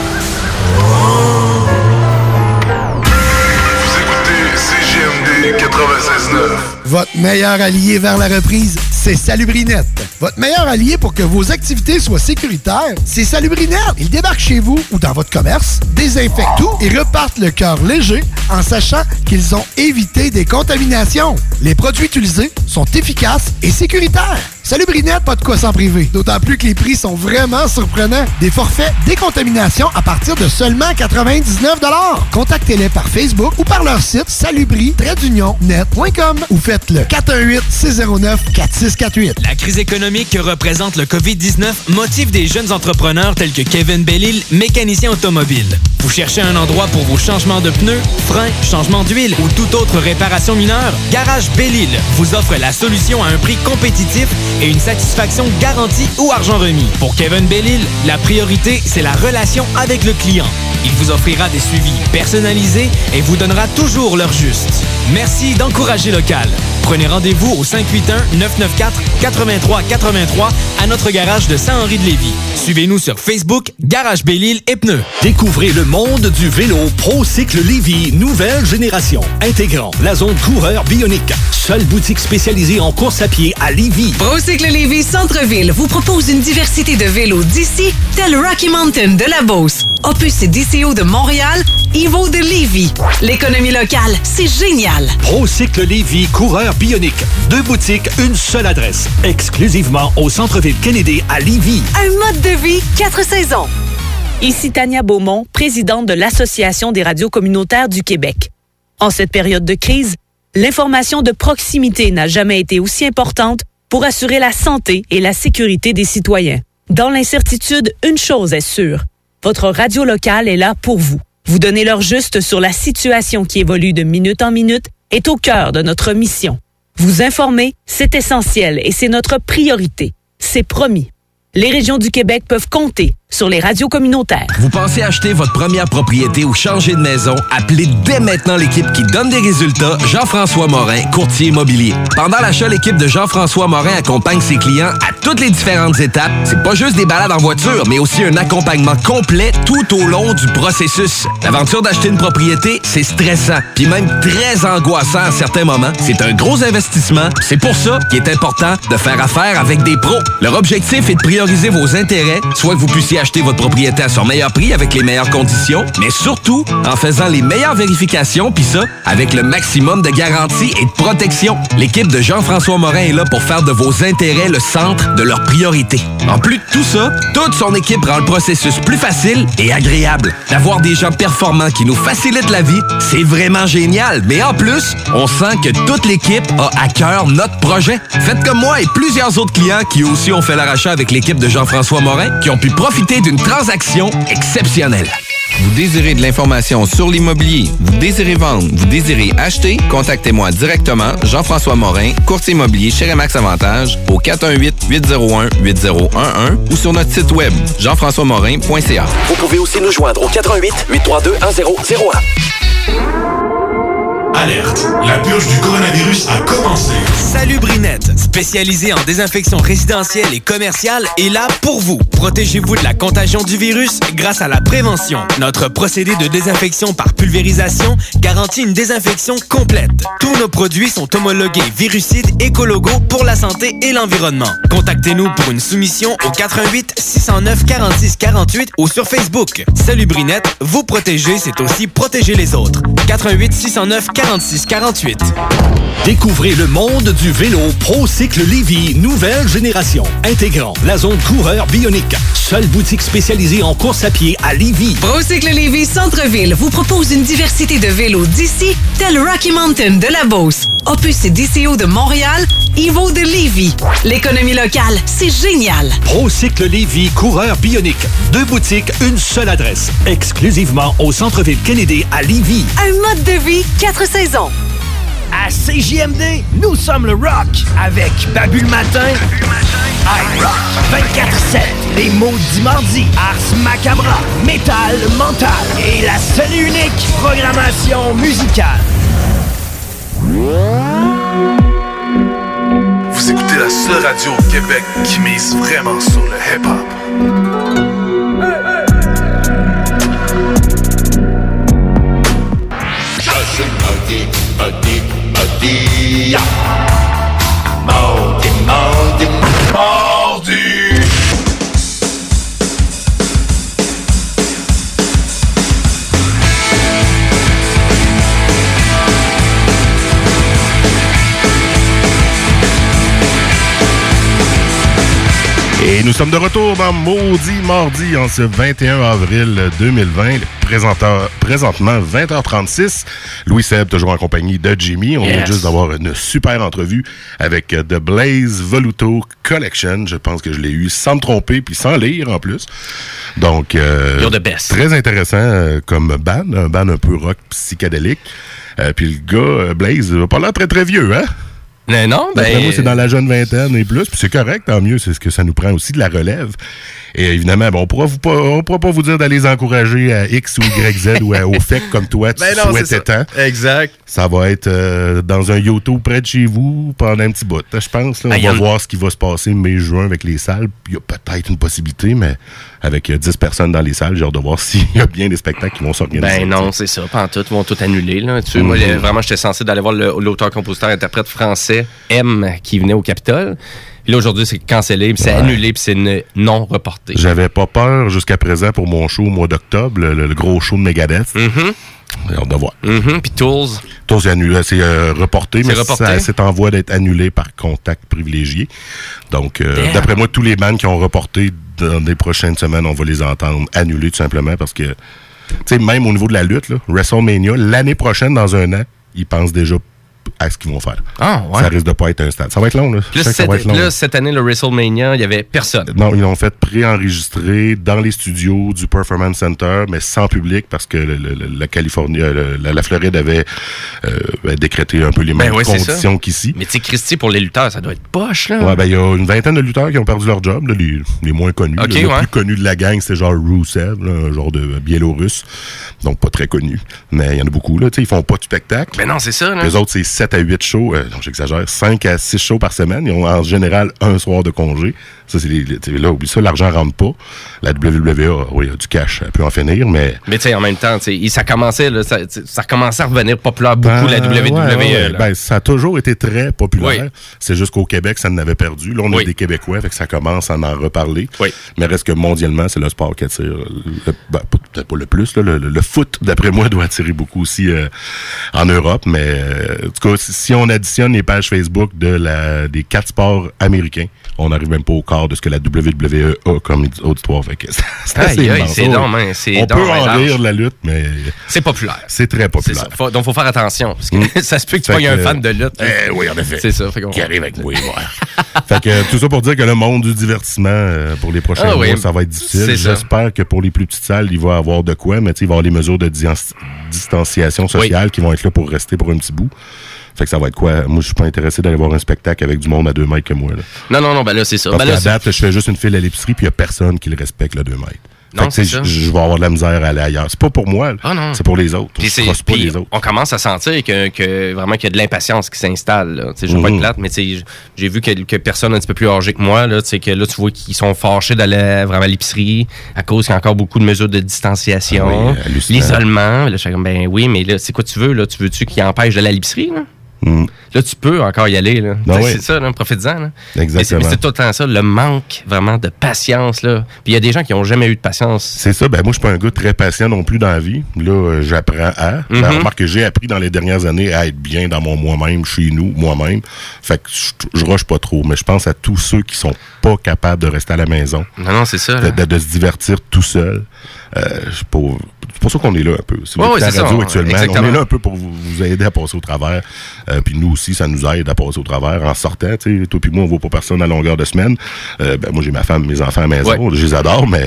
Vous écoutez CJMD 96.9. Votre meilleur allié vers la reprise, c'est Salubrinette. Votre meilleur allié pour que vos activités soient sécuritaires, c'est Salubrinette. Ils débarquent chez vous ou dans votre commerce, désinfectent tout et repartent le cœur léger en sachant qu'ils ont évité des contaminations. Les produits utilisés sont efficaces et sécuritaires. Salubrinette, pas de quoi s'en priver. D'autant plus que les prix sont vraiment surprenants. Des forfaits décontamination à partir de seulement 99 $. Contactez-les par Facebook ou par leur site salubri-net.com ou faites-le 418-609-4648. La crise économique que représente le COVID-19 motive des jeunes entrepreneurs tels que Kevin Bellil, mécanicien automobile. Vous cherchez un endroit pour vos changements de pneus, freins, changement d'huile ou toute autre réparation mineure? Garage Bellil vous offre la solution à un prix compétitif et une satisfaction garantie ou argent remis. Pour Kevin Bellil, la priorité, c'est la relation avec le client. Il vous offrira des suivis personnalisés et vous donnera toujours l'heure juste. Merci d'encourager local. Prenez rendez-vous au 581-994-8383 à notre garage de Saint-Henri-de-Lévis. Suivez-nous sur Facebook, Garage Bellil et Pneus. Découvrez le monde du vélo ProCycle Lévis, nouvelle génération. Intégrant la zone coureur bionique. Seule boutique spécialisée en course à pied à Lévis. ProCycle Lévis Centre-Ville vous propose une diversité de vélos d'ici, tel Rocky Mountain de la Beauce, Opus et DCO de Montréal, Evo de Lévis. L'économie locale, c'est génial. ProCycle Lévis, coureur bionique. 2 boutiques, une seule adresse. Exclusivement au centre-ville Kennedy à Lévis. Un mode de vie, 4 saisons. Ici Tania Beaumont, présidente de l'Association des radios communautaires du Québec. En cette période de crise, l'information de proximité n'a jamais été aussi importante pour assurer la santé et la sécurité des citoyens. Dans l'incertitude, une chose est sûre. Votre radio locale est là pour vous. Vous donner l'heure juste sur la situation qui évolue de minute en minute est au cœur de notre mission. Vous informer, c'est essentiel et c'est notre priorité. C'est promis. Les régions du Québec peuvent compter sur les radios communautaires. Vous pensez acheter votre première propriété ou changer de maison? Appelez dès maintenant l'équipe qui donne des résultats, Jean-François Morin, courtier immobilier. Pendant l'achat, l'équipe de Jean-François Morin accompagne ses clients à toutes les différentes étapes. C'est pas juste des balades en voiture, mais aussi un accompagnement complet tout au long du processus. L'aventure d'acheter une propriété, c'est stressant, puis même très angoissant à certains moments. C'est un gros investissement. C'est pour ça qu'il est important de faire affaire avec des pros. Leur objectif est de prioriser vos intérêts, soit que vous puissiez acheter votre propriété à son meilleur prix avec les meilleures conditions, mais surtout en faisant les meilleures vérifications, puis ça, avec le maximum de garantie et de protection. L'équipe de Jean-François Morin est là pour faire de vos intérêts le centre de leurs priorités. En plus de tout ça, toute son équipe rend le processus plus facile et agréable. D'avoir des gens performants qui nous facilitent la vie, c'est vraiment génial. Mais en plus, on sent que toute l'équipe a à cœur notre projet. Faites comme moi et plusieurs autres clients qui aussi ont fait leur achat avec l'équipe de Jean-François Morin, qui ont pu profiter d'une transaction exceptionnelle. Vous désirez de l'information sur l'immobilier, vous désirez vendre, vous désirez acheter, contactez-moi directement, Jean-François Morin, courtier immobilier chez Remax Avantage, au 418-801-8011 ou sur notre site web, jean-françoismorin.ca. Vous pouvez aussi nous joindre au 418-832-1001. Alerte! La purge du coronavirus a commencé. Salubrinette, spécialisée en désinfection résidentielle et commerciale, est là pour vous. Protégez-vous de la contagion du virus grâce à la prévention. Notre procédé de désinfection par pulvérisation garantit une désinfection complète. Tous nos produits sont homologués virucides écologos pour la santé et l'environnement. Contactez-nous pour une soumission au 418-609-4648 ou sur Facebook. Salubrinette, vous protéger, c'est aussi protéger les autres. 418-609-4648. Découvrez le monde du vélo ProCycle Lévis, nouvelle génération. Intégrant la zone coureur bionique. Seule boutique spécialisée en course à pied à Lévis. ProCycle Lévis Centre-Ville vous propose une diversité de vélos d'ici, tel Rocky Mountain de la Beauce, Opus et DCO de Montréal, Evo de Lévis. L'économie locale, c'est génial. ProCycle Lévis, coureur bionique. 2 boutiques, une seule adresse. Exclusivement au centre-ville Kennedy à Lévis. Un mode de vie, 4 saisons. À CJMD, nous sommes le rock avec Babu le matin, iRock 24/7, les maudits mardis, Ars Macabra, Métal Mental et la seule et unique programmation musicale. Vous écoutez la seule radio au Québec qui mise vraiment sur le hip-hop. Et nous sommes de retour dans Maudit Mardi en ce 21 avril 2020. Présentement, 20h36. Louis Seb, toujours en compagnie de Jimmy. On vient juste d'avoir une super entrevue avec The Blaze Voluto Collection. Je pense que je l'ai eu sans me tromper puis sans lire en plus. Donc, You're the best. Très intéressant comme band. Un band un peu rock psychédélique. Puis le gars, Blaze, va pas l'air très très vieux, hein? Mais non, moi, c'est dans la jeune vingtaine et plus. Puis c'est correct, tant mieux. C'est ce que ça nous prend aussi de la relève. Et évidemment, on pourra pas vous dire d'aller les encourager à X ou YZ ou au FEC comme toi, tu souhaitais tant. Exact. Ça va être dans un YouTube près de chez vous pendant un petit bout, je pense. Là. On va voir ce qui va se passer mai-juin avec les salles. Il y a peut-être une possibilité, mais avec 10 personnes dans les salles, j'ai hâte de voir s'il y a bien des spectacles qui vont s'organiser. Ben non, c'est ça. Pantoute, ils vont tout annuler. Là. Moi, vraiment, j'étais censé d'aller voir l'auteur-compositeur-interprète français M qui venait au Capitole. Puis là, aujourd'hui, c'est cancellé, puis c'est annulé, puis c'est non reporté. J'avais pas peur jusqu'à présent pour mon show au mois d'octobre, le gros show de Megadeth. J'ai hâte de voir. Puis Tools. Tools, c'est reporté, mais c'est en voie d'être annulé par contact privilégié. Donc, d'après moi, tous les bands qui ont reporté dans les prochaines semaines, on va les entendre annulés tout simplement parce que, tu sais, même au niveau de la lutte, là, WrestleMania, l'année prochaine, dans un an, ils pensent déjà à ce qu'ils vont faire. Ah, ouais. Ça risque de pas être un stade. Ça va être long, là. Cette année, le WrestleMania, il n'y avait personne. Non, ils l'ont fait pré-enregistrer dans les studios du Performance Center, mais sans public parce que la Californie, la Floride avait décrété un peu les mêmes conditions qu'ici. Mais tu sais, Christy, pour les lutteurs, ça doit être poche, là. Ouais, il y a une vingtaine de lutteurs qui ont perdu leur job, là, les moins connus. Le plus connu de la gang, c'est genre Rusev, là, un genre de Biélorusse. Donc, pas très connu. Mais il y en a beaucoup, là. Tu sais, ils font pas de spectacle. Mais non, c'est ça, là. Les autres, c'est 7 à 8 shows, non, j'exagère, 5 à 6 shows par semaine. Ils ont en général un soir de congé. Ça, là, oublie ça, l'argent rentre pas. La WWE, oui, il y a du cash, elle peut en finir, mais... Mais tu sais, en même temps, ça commençait, là, ça recommençait à revenir populaire beaucoup, la WWE. Ça a toujours été très populaire. C'est juste qu'au Québec, ça en avait perdu. Là, on a des Québécois, fait que ça commence à en reparler. Mais reste que mondialement, c'est le sport qui attire, peut-être pas le plus, là, le foot, d'après moi, doit attirer beaucoup aussi en Europe, mais en tout cas, si on additionne les pages Facebook des 4 sports américains, on n'arrive même pas au quart de ce que la WWE a comme auditoire. Fait que c'est assez immense. On peut en lire la lutte, mais... C'est populaire. C'est très populaire. Donc, il faut faire attention, parce que ça se peut que tu sois un fan de lutte. Oui, en effet. C'est ça. Qui arrive avec moi. Fait que tout ça pour dire que le monde du divertissement, pour les prochains mois, ça va être difficile. J'espère que pour les plus petites salles, il va y avoir de quoi, mais il va y avoir les mesures de distanciation sociale qui vont être là pour rester pour un petit bout. Fait que ça va être quoi? Moi, je suis pas intéressé d'aller voir un spectacle avec du monde à 2 mètres que moi. Là. Non, ben là, c'est ça. Parce qu'à date, je fais juste une file à l'épicerie puis il y a personne qui le respecte, le 2 mètres. Non, c'est ça. Je vais avoir de la misère à aller ailleurs. C'est pas pour moi, c'est pour les autres. Pas les autres. On commence à sentir que vraiment qu'il y a de l'impatience qui s'installe. Je veux pas être plate, mais j'ai vu quelques personnes un petit peu plus âgées que moi, là, que là, tu vois qu'ils sont fâchés d'aller vraiment à l'épicerie à cause qu'il y a encore beaucoup de mesures de distanciation, l'isolement. Là, je suis comme, ben oui, mais là, c'est quoi tu veux? Là? Tu veux-tu qu'ils empêchent d'aller à l'épicerie? Là? Là, tu peux encore y aller. Là. C'est ça, là, profites-en. Là. Exactement. Mais c'est tout le temps ça, le manque vraiment de patience. Là. Puis il y a des gens qui n'ont jamais eu de patience. C'est ça. Ben moi, je suis pas un gars très patient non plus dans la vie. Là, j'apprends à. Remarque que j'ai appris dans les dernières années à être bien dans mon moi-même, chez nous, moi-même. Fait que je rush pas trop. Mais je pense à tous ceux qui sont pas capables de rester à la maison. Non, c'est ça. De se divertir tout seul. C'est pour ça qu'on est là un peu. Si vous êtes à la radio actuellement, on est là un peu pour vous aider à passer au travers. Puis nous aussi, ça nous aide à passer au travers en sortant. Toi puis moi, on ne voit pas personne à longueur de semaine. Moi, j'ai ma femme, mes enfants à la maison. Je les adore, mais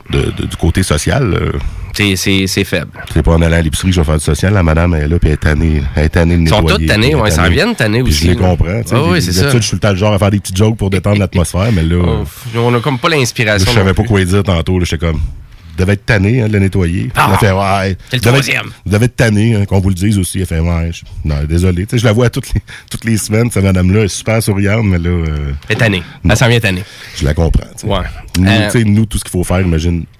du côté social... c'est faible. C'est pas en allant à l'épicerie que je vais faire du social. La madame est là, puis elle est tannée de nettoyer. Ils sont toutes tannées, ça en vient de tanner aussi. Je les comprends. Oui, c'est ça. Je suis le genre à faire des petits jokes pour détendre l'atmosphère, mais là... on a comme pas l'inspiration. Je savais pas quoi dire tantôt. J'étais comme... Vous devez être tanné de le nettoyer. Ah, elle a fait, c'est le troisième. Vous devez être tanné, qu'on vous le dise aussi. Elle fait, non, désolé. Je la vois toutes les semaines, cette madame-là est super souriante, mais là... Elle est tannée. Elle s'en vient tannée. Je la comprends. Nous, tout ce qu'il faut faire, imagine,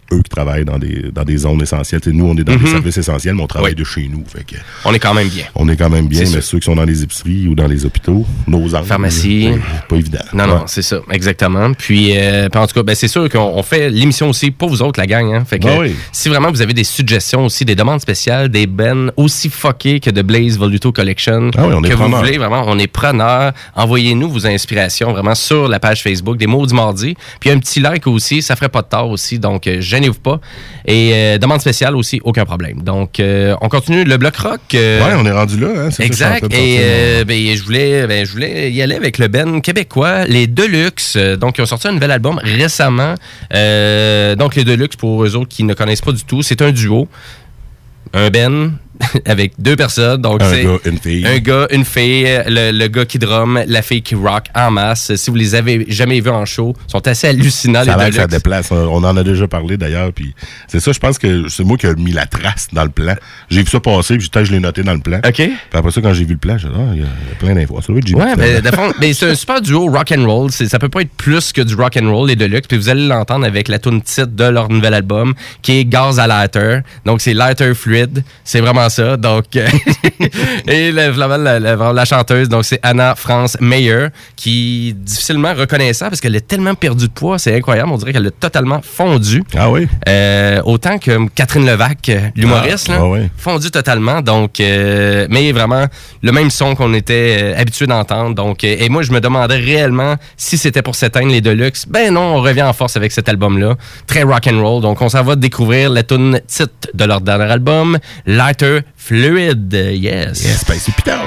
eux qui travaillent dans des zones essentielles. T'sais, nous, on est dans des services essentiels, mais on travaille de chez nous. Fait que, on est quand même bien. On est quand même bien, mais ceux qui sont dans les épiceries ou dans les hôpitaux, nos angles, pharmacie, c'est pas évident. Non, c'est ça, exactement. Puis, en tout cas, c'est sûr qu'on fait l'émission aussi pour vous autres, la gang. Hein? Fait que si vraiment vous avez des suggestions aussi, des demandes spéciales, des bennes aussi fuckées que de Blaze Voluto Collection, que vous voulez, vraiment, on est preneurs. Envoyez-nous vos inspirations vraiment sur la page Facebook des Mots du Mardi. Puis un petit like aussi, ça ferait pas de tort aussi, donc gênez-vous pas. Et demande spéciale aussi, aucun problème. Donc, on continue le bloc rock. On est rendu là. Hein, exact. Et je voulais y aller avec le Ben québécois, les Deluxe. Donc, ils ont sorti un nouvel album récemment. Donc, les Deluxe, pour eux autres qui ne connaissent pas du tout, c'est un duo. Un Ben avec 2 personnes. Donc un gars, une fille. Un gars, une fille, le gars qui drum, la fille qui rock en masse. Si vous les avez jamais vus en show, ils sont assez hallucinants, les Deluxe. Ça déplace. On en a déjà parlé d'ailleurs. Puis c'est ça, je pense que c'est moi qui ai mis la trace dans le plan. J'ai vu ça passer, puis je l'ai noté dans le plan. OK. Puis après ça, quand j'ai vu le plan, j'ai dit, il y a plein d'infos. Mais c'est un super duo rock and roll. Ça peut pas être plus que du rock and roll, les Deluxe. Puis vous allez l'entendre avec la tune titre de leur nouvel album, qui est Gaz à Lighter. Donc c'est Lighter Fluid. C'est vraiment ça. Donc, et la chanteuse, donc c'est Anna France Meyer, qui est difficilement reconnaissable parce qu'elle a tellement perdu de poids, c'est incroyable. On dirait qu'elle a totalement fondu. Ah oui? Autant que Catherine Levac, l'humoriste, fondu totalement. Donc, mais vraiment, le même son qu'on était habitué d'entendre. Donc, et moi, je me demandais réellement si c'était pour s'éteindre les Deluxe. Ben non, on revient en force avec cet album-là. Très rock'n'roll. Donc, on s'en va découvrir la tune titre de leur dernier album, Lighter Fluid. Yes. Yes, ben c'est putain.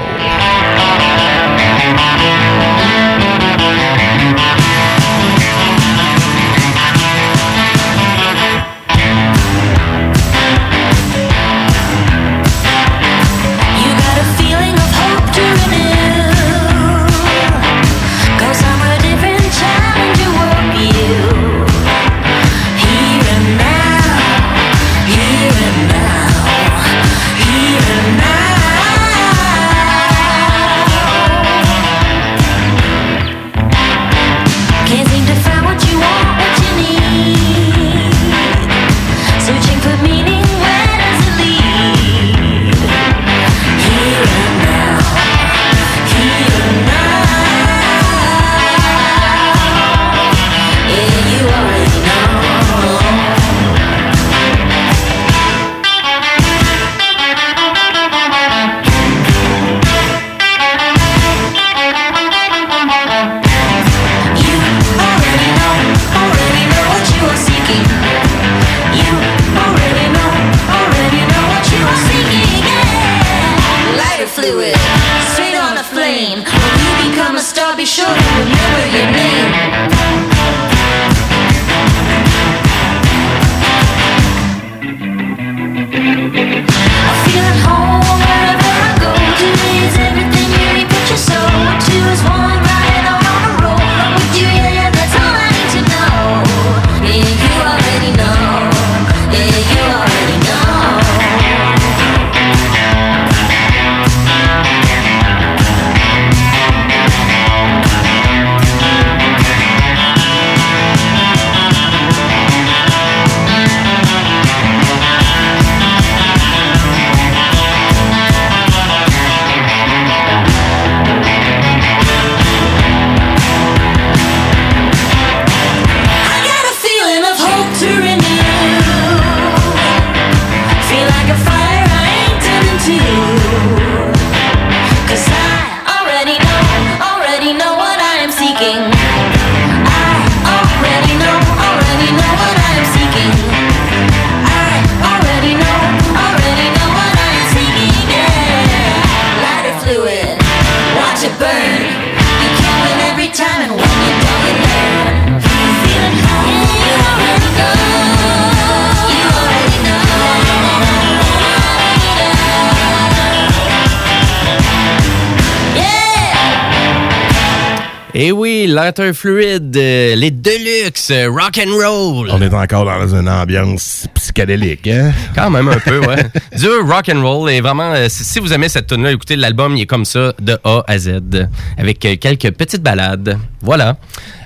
Et oui, Lighter Fluid, les Deluxe, rock and roll. On est encore dans une ambiance psychédélique, hein? Quand même un peu, ouais. Du rock and roll, et vraiment, si vous aimez cette tune-là, écoutez, l'album, il est comme ça, de A à Z, avec quelques petites balades. Voilà.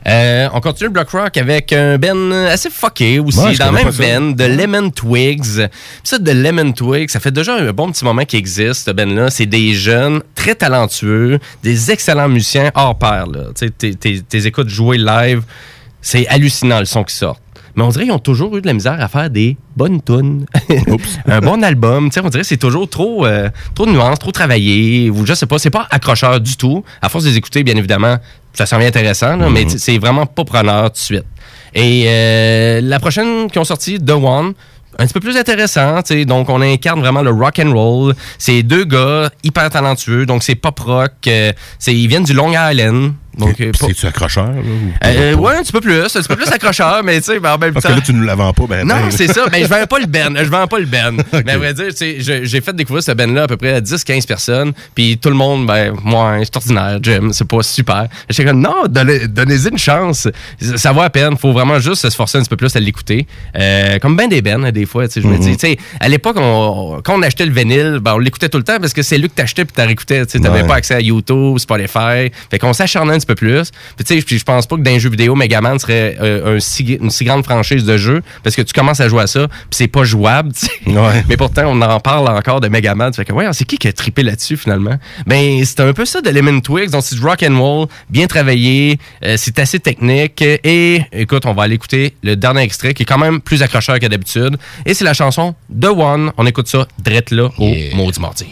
On continue le block rock avec un band assez fucké aussi, dans la même veine, de Lemon Twigs. Puis ça, de Lemon Twigs, ça fait déjà un bon petit moment qu'il existe, ce band-là. C'est des jeunes très talentueux, des excellents musiciens hors pair. Tu sais, t'es écoutes jouer live, c'est hallucinant le son qui sort. Mais on dirait qu'ils ont toujours eu de la misère à faire des bonnes tunes. Un bon album. On dirait que c'est toujours trop de nuances, trop travaillé. Ou je sais pas, c'est pas accrocheur du tout. À force de les écouter, bien évidemment, ça semble intéressant, là, mais c'est vraiment pas preneur tout de suite. Et la prochaine qui ont sorti, The One, un petit peu plus intéressant, t'sais. Donc on incarne vraiment le rock and roll. C'est deux gars hyper talentueux, donc c'est pop rock. Ils viennent du Long Island. Donc, c'est-tu accrocheur? Là, ouais, un petit peu plus accrocheur, mais tu sais, en même temps... Parce que là, tu nous la vends pas, ben. Non, c'est ça. Ben, je vends pas le ben. Okay. Mais à vrai dire, tu sais, j'ai fait découvrir ce ben-là à peu près à 10-15 personnes, puis tout le monde, ben, moi, c'est ordinaire, Jim, c'est pas super. J'étais comme, non, donnez-y une chance. Ça vaut à peine. Faut vraiment juste se forcer un petit peu plus à l'écouter. Comme ben des bennes, des fois, tu sais, je me dis, tu sais, à l'époque, quand on achetait le vinyle, ben, on l'écoutait tout le temps parce que c'est lui que t'achetais puis t'as réécouté. Tu sais, t'avais pas accès à YouTube, Spotify. Fait qu'on s'acharnait un petit peu plus. Puis je pense pas que dans un jeu vidéo, Megaman serait une si grande franchise de jeu parce que tu commences à jouer à ça puis c'est pas jouable. Ouais. Mais pourtant, on en parle encore de Megaman. Tu fais que, ouais, c'est qui a trippé là-dessus finalement? Ben, c'est un peu ça de Lemon Twigs. Donc, c'est du rock and roll, bien travaillé. C'est assez technique. Et écoute, on va aller écouter le dernier extrait qui est quand même plus accrocheur que d'habitude. Et c'est la chanson The One. On écoute ça drette là au Maudit Mardi.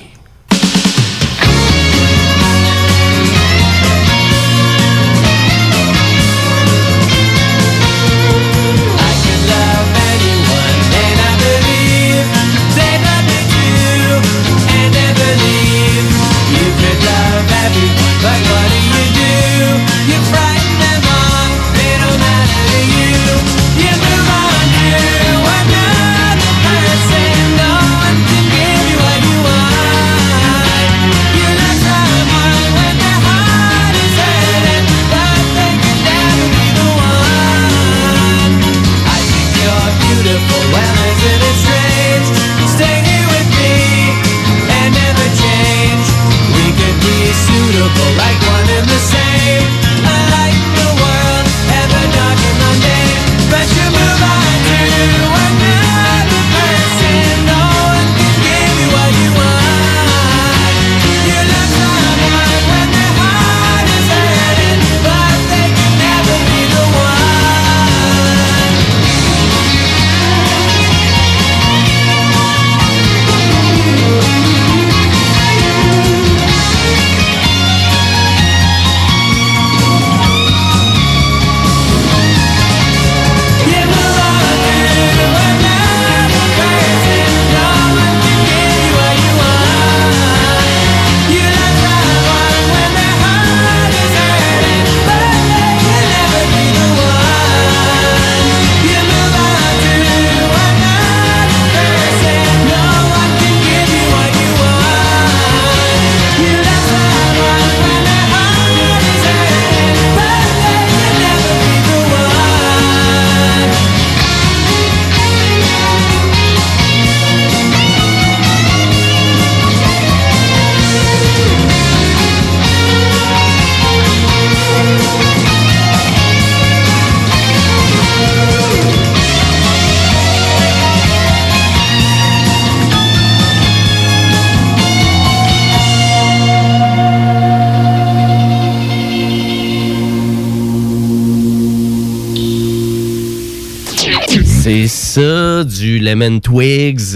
C'est ça, du Lemon Twigs.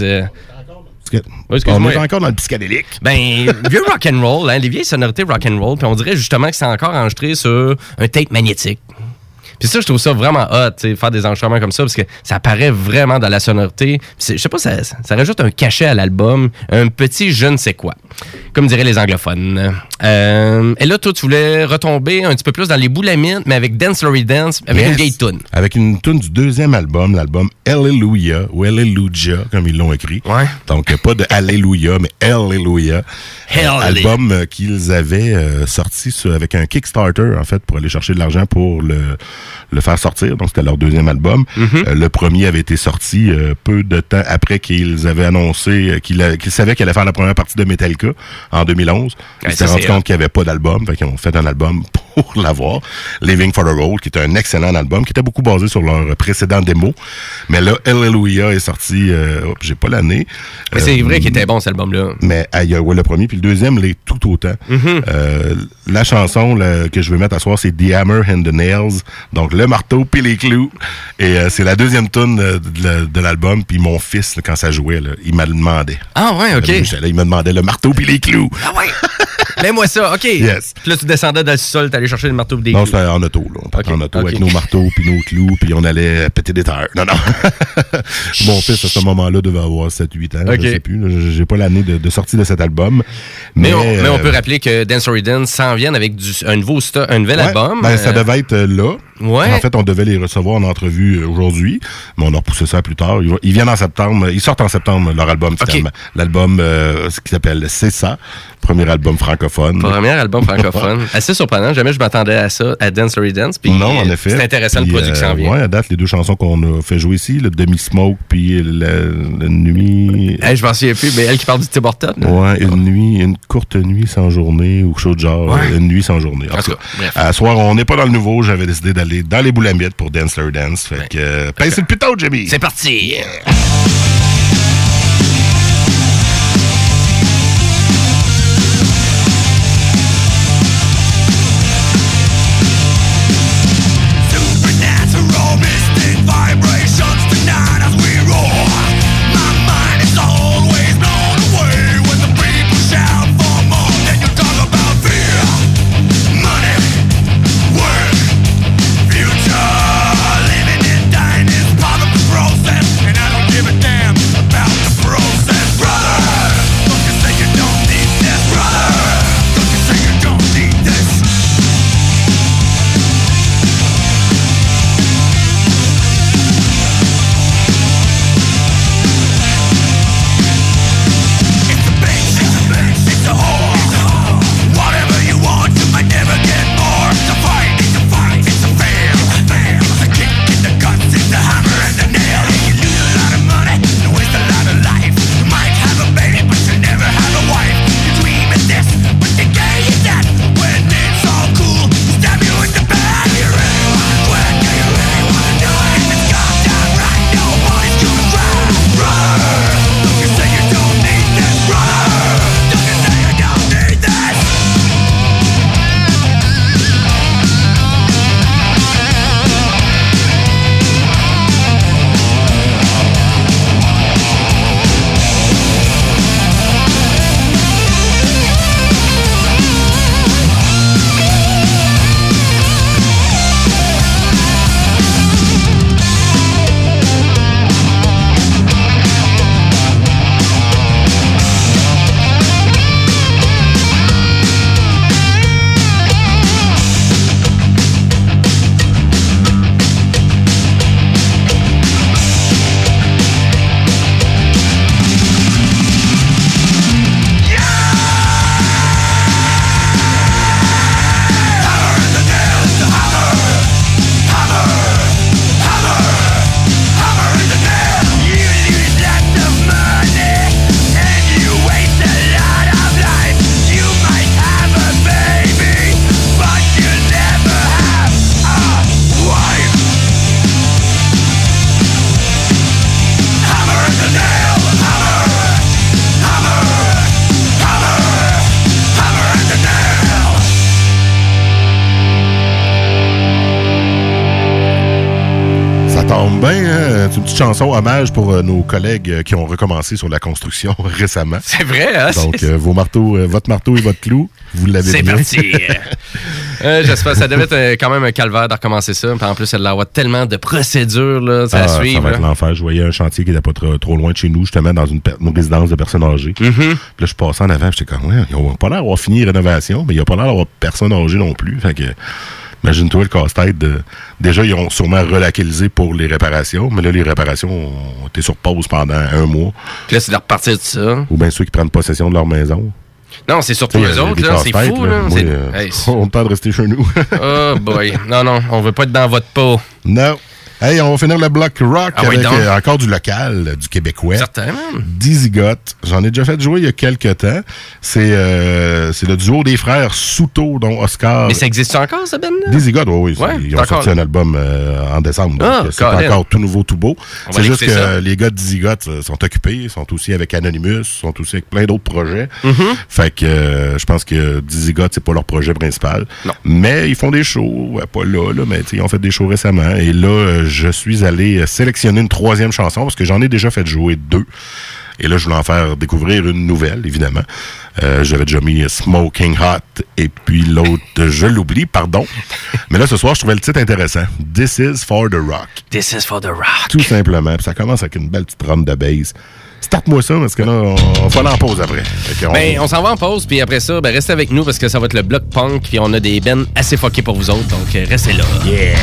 On est encore dans le psychédélique. Ben, vieux rock'n'roll, hein, les vieilles sonorités rock'n'roll, puis on dirait justement que c'est encore enregistré sur un tape magnétique. Puis ça, je trouve ça vraiment hot, faire des enregistrements comme ça, parce que ça apparaît vraiment dans la sonorité. Je sais pas, ça rajoute un cachet à l'album, un petit je ne sais quoi, comme diraient les anglophones. Et là, toi, tu voulais retomber un petit peu plus dans les boulamites, mais avec Dance Lory Dance, avec une vieille toune. Avec une toune du deuxième album, l'album Hallelujah, ou Hallelujah, comme ils l'ont écrit. Ouais. Donc, pas de Alléluia, mais Hallelujah. Album qu'ils avaient sorti avec un Kickstarter, en fait, pour aller chercher de l'argent pour le faire sortir. Donc, c'était leur deuxième album. Mm-hmm. Le premier avait été sorti peu de temps après qu'ils avaient annoncé qu'ils savaient qu'ils allaient faire la première partie de Metallica. Metallica en 2011. Ils s'étaient rendu compte qu'il n'y avait pas d'album, fait qu'ils ont fait un album pour l'avoir. Living for the Road, qui est un excellent album, qui était beaucoup basé sur leur précédent démo. Mais là, Hallelujah est sorti, j'ai pas l'année. Mais c'est vrai qu'il était bon, cet album-là. Mais le premier, puis le deuxième l'est tout autant. La chanson que je veux mettre à soir, c'est The Hammer and the Nails, donc le marteau puis les clous. Et c'est la deuxième tune de l'album, puis mon fils, là, quand ça jouait, là, il m'a demandé. Ah ouais, OK. Il me demandait le marteau puis les clous. Ah ouais. Mets-moi ça, OK. Yes. Puis là, tu descendais dans le sol, t'allais chercher le marteau des clous. Non, c'était en auto, là. On partait en auto avec nos marteaux puis nos clous, puis on allait péter des terres. Non. Mon fils, à ce moment-là, devait avoir 7-8 ans. Je sais plus. Là, j'ai pas l'année de sortie de cet album. Mais on peut rappeler que Dance or Dance s'en viennent avec un nouvel album. Ben, ça devait être là. Ouais. En fait, on devait les recevoir en entrevue aujourd'hui, mais on a repoussé ça plus tard. Ils viennent en septembre. Ils sortent en septembre leur album, finalement. L'album qui s'appelle C'est ça, premier album francophone. Premier album francophone. Assez surprenant. Jamais je m'attendais à ça, à Dance or Dance. Puis, non, en effet. C'est intéressant le produit qui s'en vient. Oui, à date, les deux chansons qu'on a fait jouer ici, le Demi-Smoke puis la nuit... Je m'en souviens plus, mais elle qui parle du Tim Hortons. Ouais, une courte nuit sans journée ou quelque chose de genre. Ouais. Une nuit sans journée. En tout cas, à soir, on n'est pas dans le nouveau. J'avais décidé d'aller dans les Boulamites pour Dance or Dance. Fait que, pince le putain, Jimmy! C'est parti! Yeah. C'est une petite chanson hommage pour nos collègues qui ont recommencé sur la construction récemment. C'est vrai, hein? Donc, votre marteau et votre clou, vous l'avez bien. C'est parti! J'espère que ça devait être quand même un calvaire de recommencer ça. En plus, elle a tellement de procédures là, à suivre. Ça va être l'enfer. Je voyais un chantier qui n'était pas trop loin de chez nous, justement, dans une résidence de personnes âgées. Puis là, je passais en avant, j'étais comme, ouais, ils n'ont pas l'air d'avoir fini les rénovations, mais il n'y a pas l'air d'avoir personne âgée non plus. Fait que... Imagine-toi le casse-tête. Déjà, ils ont sûrement relocalisé pour les réparations, mais là, les réparations ont été sur pause pendant 1 mois. Puis là, c'est de repartir de ça. Ou bien ceux qui prennent possession de leur maison. Non, c'est surtout eux autres, là. C'est fou, là. On a le temps de rester chez nous. Oh boy. Non, on veut pas être dans votre peau. Non. Hey, on va finir le bloc rock avec oui, encore du local, du québécois. Certainement. Dizzy Got. J'en ai déjà fait jouer il y a quelques temps. C'est le duo des frères Souto, dont Oscar. Mais ça existe encore, ça, Ben? Dizzy Got, oui. Ils ont sorti un album en décembre. Donc c'est encore tout nouveau, tout beau. C'est juste que les gars de Dizzy Got sont occupés. Ils sont aussi avec Anonymous. Ils sont aussi avec plein d'autres projets. Fait que je pense que Dizzy Got, c'est pas leur projet principal. Non. Mais ils font des shows. Pas là, mais ils ont fait des shows récemment. Et là, je suis allé sélectionner une 3e chanson parce que j'en ai déjà fait jouer 2. Et là, je voulais en faire découvrir une nouvelle, évidemment. J'avais déjà mis Smoking Hot et puis l'autre, je l'oublie, pardon. Mais là, ce soir, je trouvais le titre intéressant. This is for the rock. This is for the rock. Tout simplement. Puis ça commence avec une belle petite drum de bass. Starte-moi ça, parce que là, on va aller en pause après. On s'en va en pause, puis après ça, restez avec nous, parce que ça va être le bloc punk, puis on a des bands assez fuckés pour vous autres, donc restez là. Yeah!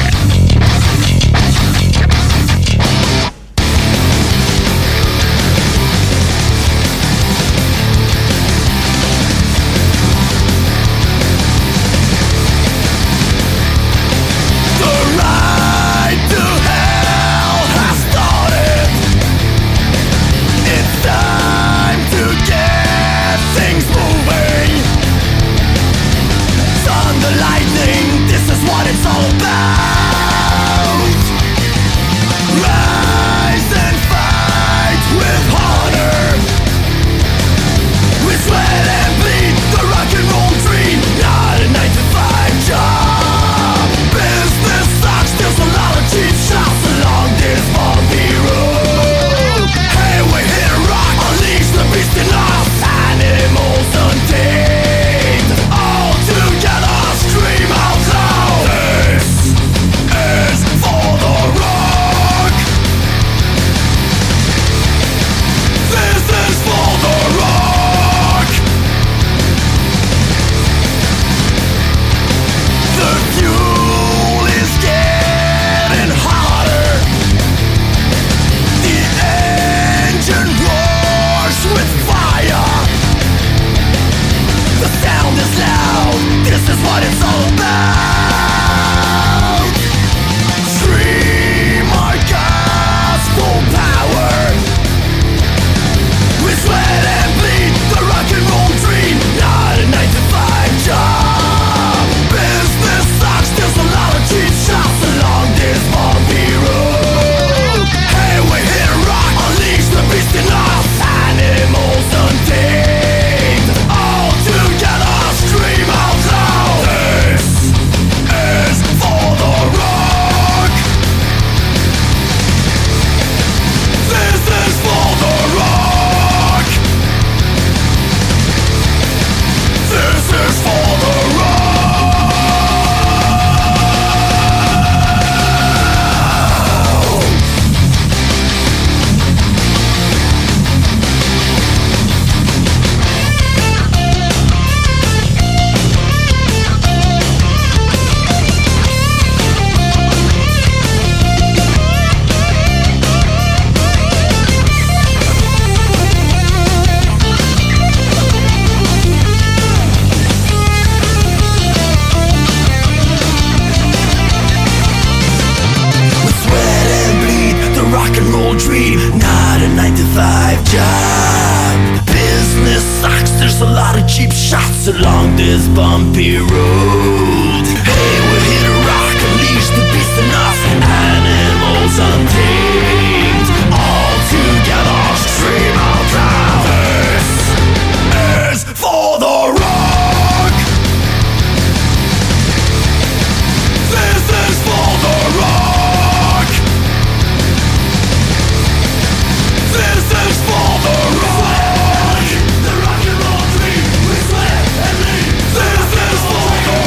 This is for the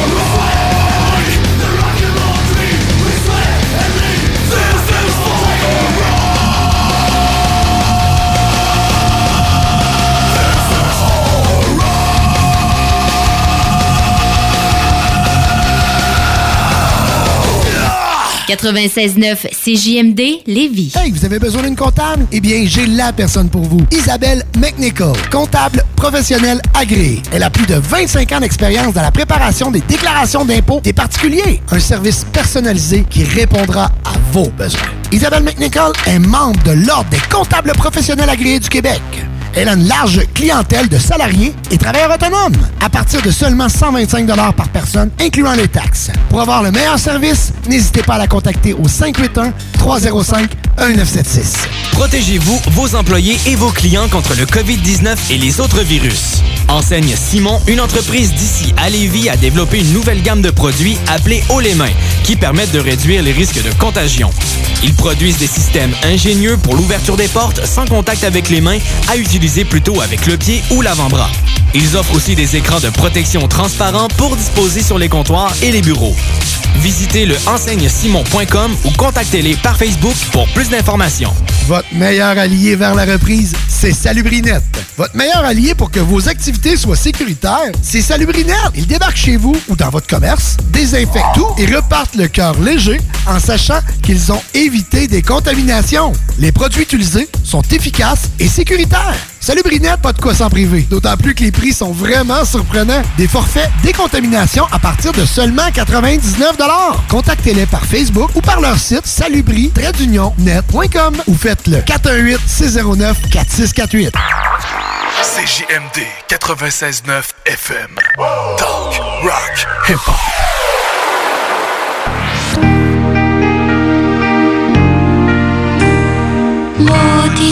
96.9 CJMD Lévis. Hey, vous avez besoin d'une comptable? Eh bien, j'ai la personne pour vous. Isabelle McNichol, comptable professionnelle agréée. Elle a plus de 25 ans d'expérience dans la préparation des déclarations d'impôts des particuliers. Un service personnalisé qui répondra à vos besoins. Isabelle McNichol est membre de l'Ordre des comptables professionnels agréés du Québec. Elle a une large clientèle de salariés et travailleurs autonomes à partir de seulement 125 $ par personne, incluant les taxes. Pour avoir le meilleur service, n'hésitez pas à la contacter au 581-305-1976. Protégez-vous, vos employés et vos clients contre le COVID-19 et les autres virus. Enseigne Simon, une entreprise d'ici à Lévis, a développé une nouvelle gamme de produits appelés Haut les mains qui permettent de réduire les risques de contagion. Ils produisent des systèmes ingénieux pour l'ouverture des portes sans contact avec les mains, à utiliser plutôt avec le pied ou l'avant-bras. Ils offrent aussi des écrans de protection transparents pour disposer sur les comptoirs et les bureaux. Visitez le enseignesimon.com ou contactez-les par Facebook pour plus d'informations. Votre meilleur allié vers la reprise, c'est Salubrinette. Votre meilleur allié pour que vos activités soient sécuritaires, c'est Salubrinette. Ils débarquent chez vous ou dans votre commerce, désinfectent tout et repartent le cœur léger en sachant qu'ils ont évité des contaminations. Les produits utilisés sont efficaces et sécuritaires. Salubrinette, pas de quoi s'en priver. D'autant plus que les prix sont vraiment surprenants. Des forfaits décontamination à partir de seulement 99 $. Contactez-les par Facebook ou par leur site salubri-net.com ou faites-le 418-609-4648. CJMD 96.9 FM. Talk, rock, hip-hop. Mardi.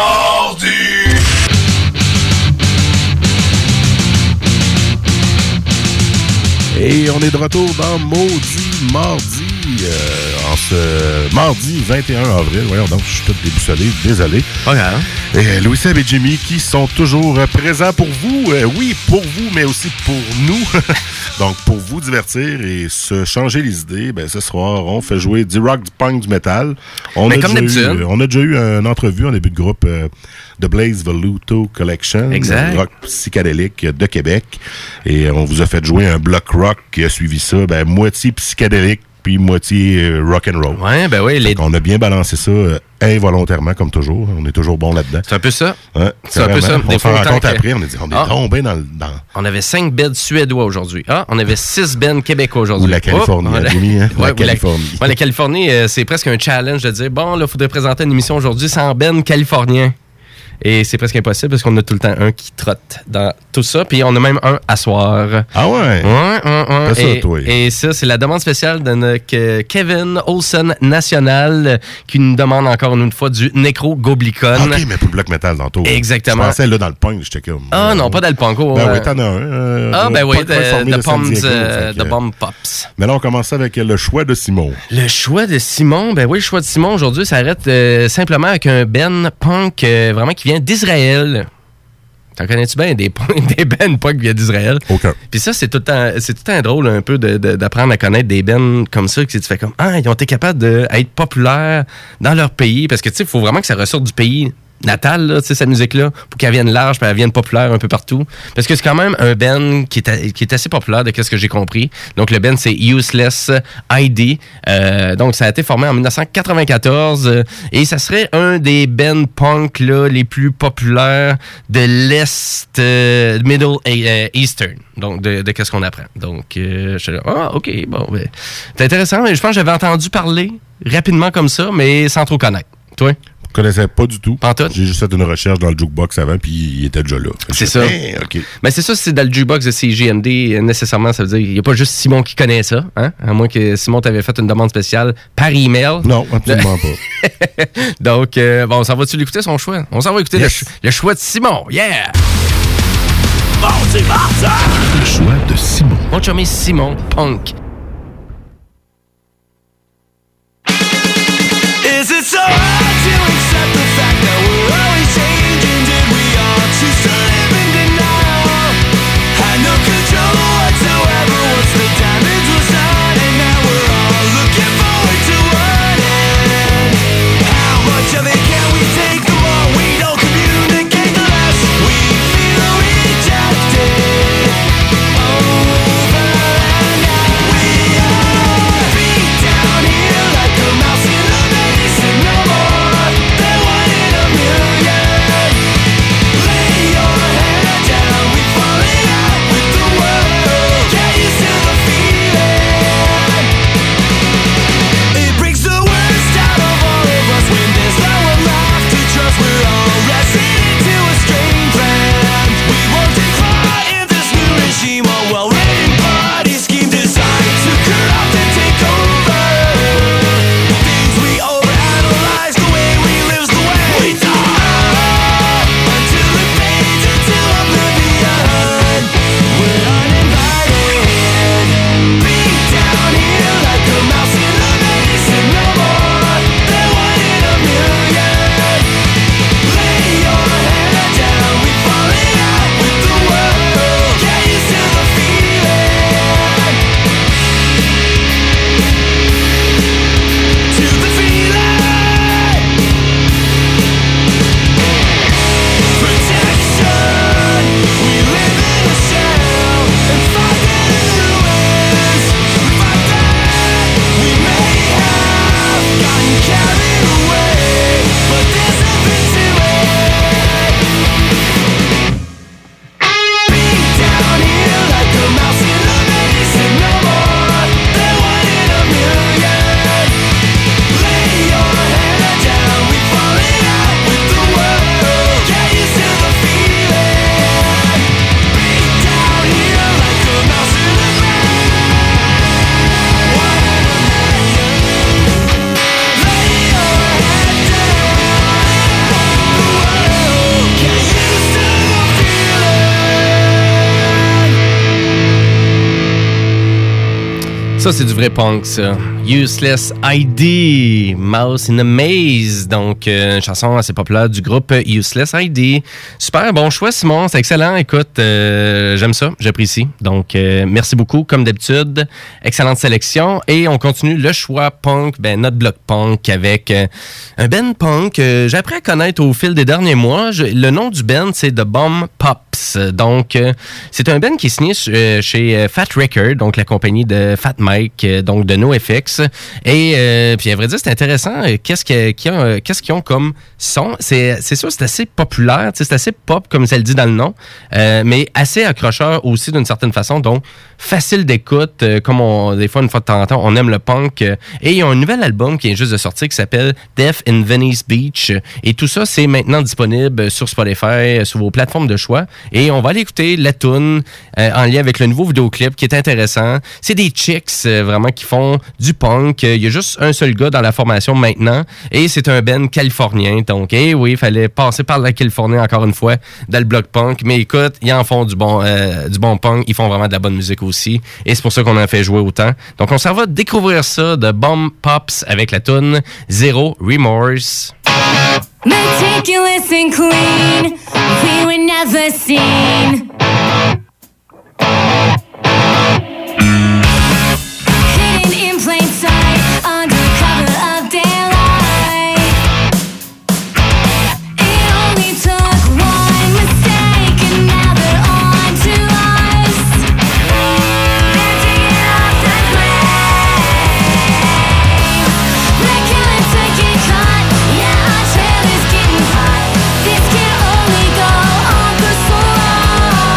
Et on est de retour dans Maudit Mardi. En ce mardi 21 avril. Voyons donc, je suis tout déboussolé. Désolé. Pas grave. Louis Seb et Jimmy qui sont toujours présents pour vous. Oui, pour vous, mais aussi pour nous. Donc, pour vous divertir et se changer les idées, ben, ce soir, on fait jouer du rock, du punk, du métal. On a déjà eu une entrevue en début de groupe de Blaze Voluto Collection. Exact. Rock psychédélique de Québec. Et on vous a fait jouer un bloc rock qui a suivi ça, ben, moitié psychédélique puis moitié rock'n'roll. Ouais, ben oui. On a bien balancé ça involontairement, comme toujours. On est toujours bon là-dedans. C'est un peu ça. Ouais, c'est un peu ça. On s'en rend compte après. On est tombé dans... On avait 5 beds suédois aujourd'hui. On avait 6 beds québécois aujourd'hui. Ou la Californie, la Californie. La Californie, c'est presque un challenge de dire, bon, là, il faudrait présenter une émission aujourd'hui sans ben californien. Et c'est presque impossible parce qu'on a tout le temps un qui trotte dans tout ça. Puis on a même un à soir. Ah ouais? Ouais. C'est ça, toi. Et ça, c'est la demande spéciale de notre Kevin Olsen National qui nous demande encore une fois du Necrogoblicon. OK, mais pour le bloc métal tantôt. Exactement. Je pensais là dans le punk, j'étais comme... Ah non, pas dans le punk. Ben oui, t'en as un. Ben oui, de Bomb Pops. Mais là, on commence avec le choix de Simon. Le choix de Simon, ben oui, le choix de Simon aujourd'hui s'arrête simplement avec un Ben punk vraiment qui vient d'Israël. T'en connais-tu bien des bands punk qui viennent d'Israël? Aucun. Puis ça, c'est tout le temps drôle un peu d'apprendre à connaître des bands comme ça, que tu fais comme, ils ont été capables d'être populaires dans leur pays, parce que tu sais, il faut vraiment que ça ressorte du pays natal, là, cette musique-là, pour qu'elle vienne large, puis qu'elle vienne populaire un peu partout. Parce que c'est quand même un band qui est assez populaire, de ce que j'ai compris. Donc, le band, c'est Useless ID. Donc, ça a été formé en 1994. Et ça serait un des bands punk là, les plus populaires de l'Est, Middle Eastern. Donc, de qu'est-ce qu'on apprend. Donc, je suis là, OK, bon, ben, c'est intéressant. Mais je pense que j'avais entendu parler rapidement comme ça, mais sans trop connaître. Toi? Je connaissais pas du tout. Pantoute? J'ai juste fait une recherche dans le jukebox avant, puis il était déjà là. C'est ça. OK. Mais c'est ça, c'est dans le jukebox de CJMD, nécessairement, ça veut dire qu'il n'y a pas juste Simon qui connaît ça, hein? À moins que Simon t'avait fait une demande spéciale par email. Non, absolument pas. Donc, bon, on s'en va-tu l'écouter, son choix? On s'en va écouter le choix de Simon. Yeah! Mardi Martin! Le choix de Simon. Mon chumé Simon, punk. Is it so hard to accept the fact that we're always changing? Did we all choose to live in denial? Had no control whatsoever once the damage was done, and now we're all looking forward to one end. How much of it can we take? The more we don't communicate, the less we feel rejected. Over and out. Ça, c'est du vrai punk, ça. Useless ID, Mouse in a Maze. Donc, une chanson assez populaire du groupe Useless ID. Super, bon choix, Simon. C'est excellent. Écoute, j'aime ça, j'apprécie. Donc, merci beaucoup, comme d'habitude. Excellente sélection. Et on continue le choix punk, notre bloc punk avec un band punk que j'ai appris à connaître au fil des derniers mois. Le nom du band, c'est The Bomb Pops. Donc, c'est un band qui est signé chez Fat Record, donc la compagnie de Fat Mike, donc de NoFX. Et puis à vrai dire, c'est intéressant. Qu'est-ce qu'ils ont comme son? C'est sûr, c'est assez populaire, c'est assez pop, comme ça le dit dans le nom, mais assez accrocheur aussi d'une certaine façon. Donc, facile d'écoute, comme des fois, une fois de temps en temps, on aime le punk. Et ils ont un nouvel album qui vient juste de sortir qui s'appelle Death in Venice Beach. Et tout ça, c'est maintenant disponible sur Spotify, sur vos plateformes de choix. Et on va aller écouter la toune en lien avec le nouveau vidéoclip qui est intéressant. C'est des chicks vraiment qui font du punk. Il y a juste un seul gars dans la formation maintenant et c'est un band californien. Donc, oui, il fallait passer par la Californie encore une fois dans le bloc punk. Mais écoute, ils en font du bon punk. Ils font vraiment de la bonne musique aussi. Et c'est pour ça qu'on en fait jouer autant. Donc, on s'en va découvrir ça de Bomb Pops avec la toune Zero Remorse. Meticulous and clean, we were never seen. Hidden in plain sight, under cover of daylight. It only took one mistake, and now they're on to us. They're digging up the grave. They're killing, taking cut. Yeah, our trail is getting hot. This can only go on for so long.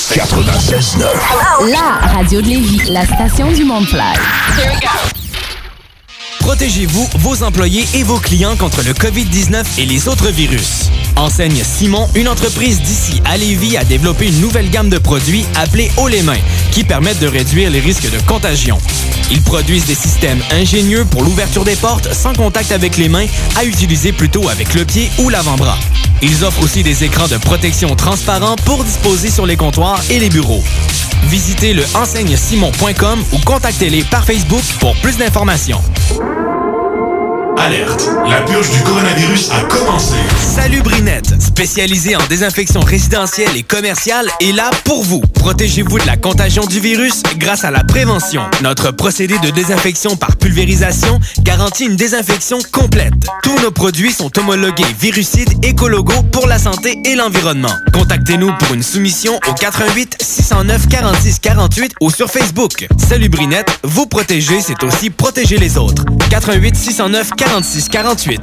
96.9. La radio de Lévis, la station du Mont-Fly. Protégez-vous, vos employés et vos clients contre le COVID-19 et les autres virus. Enseigne Simon, une entreprise d'ici à Lévis, a développé une nouvelle gamme de produits appelés Haut les mains, qui permettent de réduire les risques de contagion. Ils produisent des systèmes ingénieux pour l'ouverture des portes sans contact avec les mains, à utiliser plutôt avec le pied ou l'avant-bras. Ils offrent aussi des écrans de protection transparents pour disposer sur les comptoirs et les bureaux. Visitez le enseignesimon.com ou contactez-les par Facebook pour plus d'informations. Alerte, la purge du coronavirus a commencé. Salubrinette, spécialisée en désinfection résidentielle et commerciale, est là pour vous. Protégez-vous de la contagion du virus grâce à la prévention. Notre procédé de désinfection par pulvérisation garantit une désinfection complète. Tous nos produits sont homologués virucides écologos pour la santé et l'environnement. Contactez-nous pour une soumission au 88 609 46 48 ou sur Facebook. Salubrinette, vous protéger, c'est aussi protéger les autres. 88 609 46 48.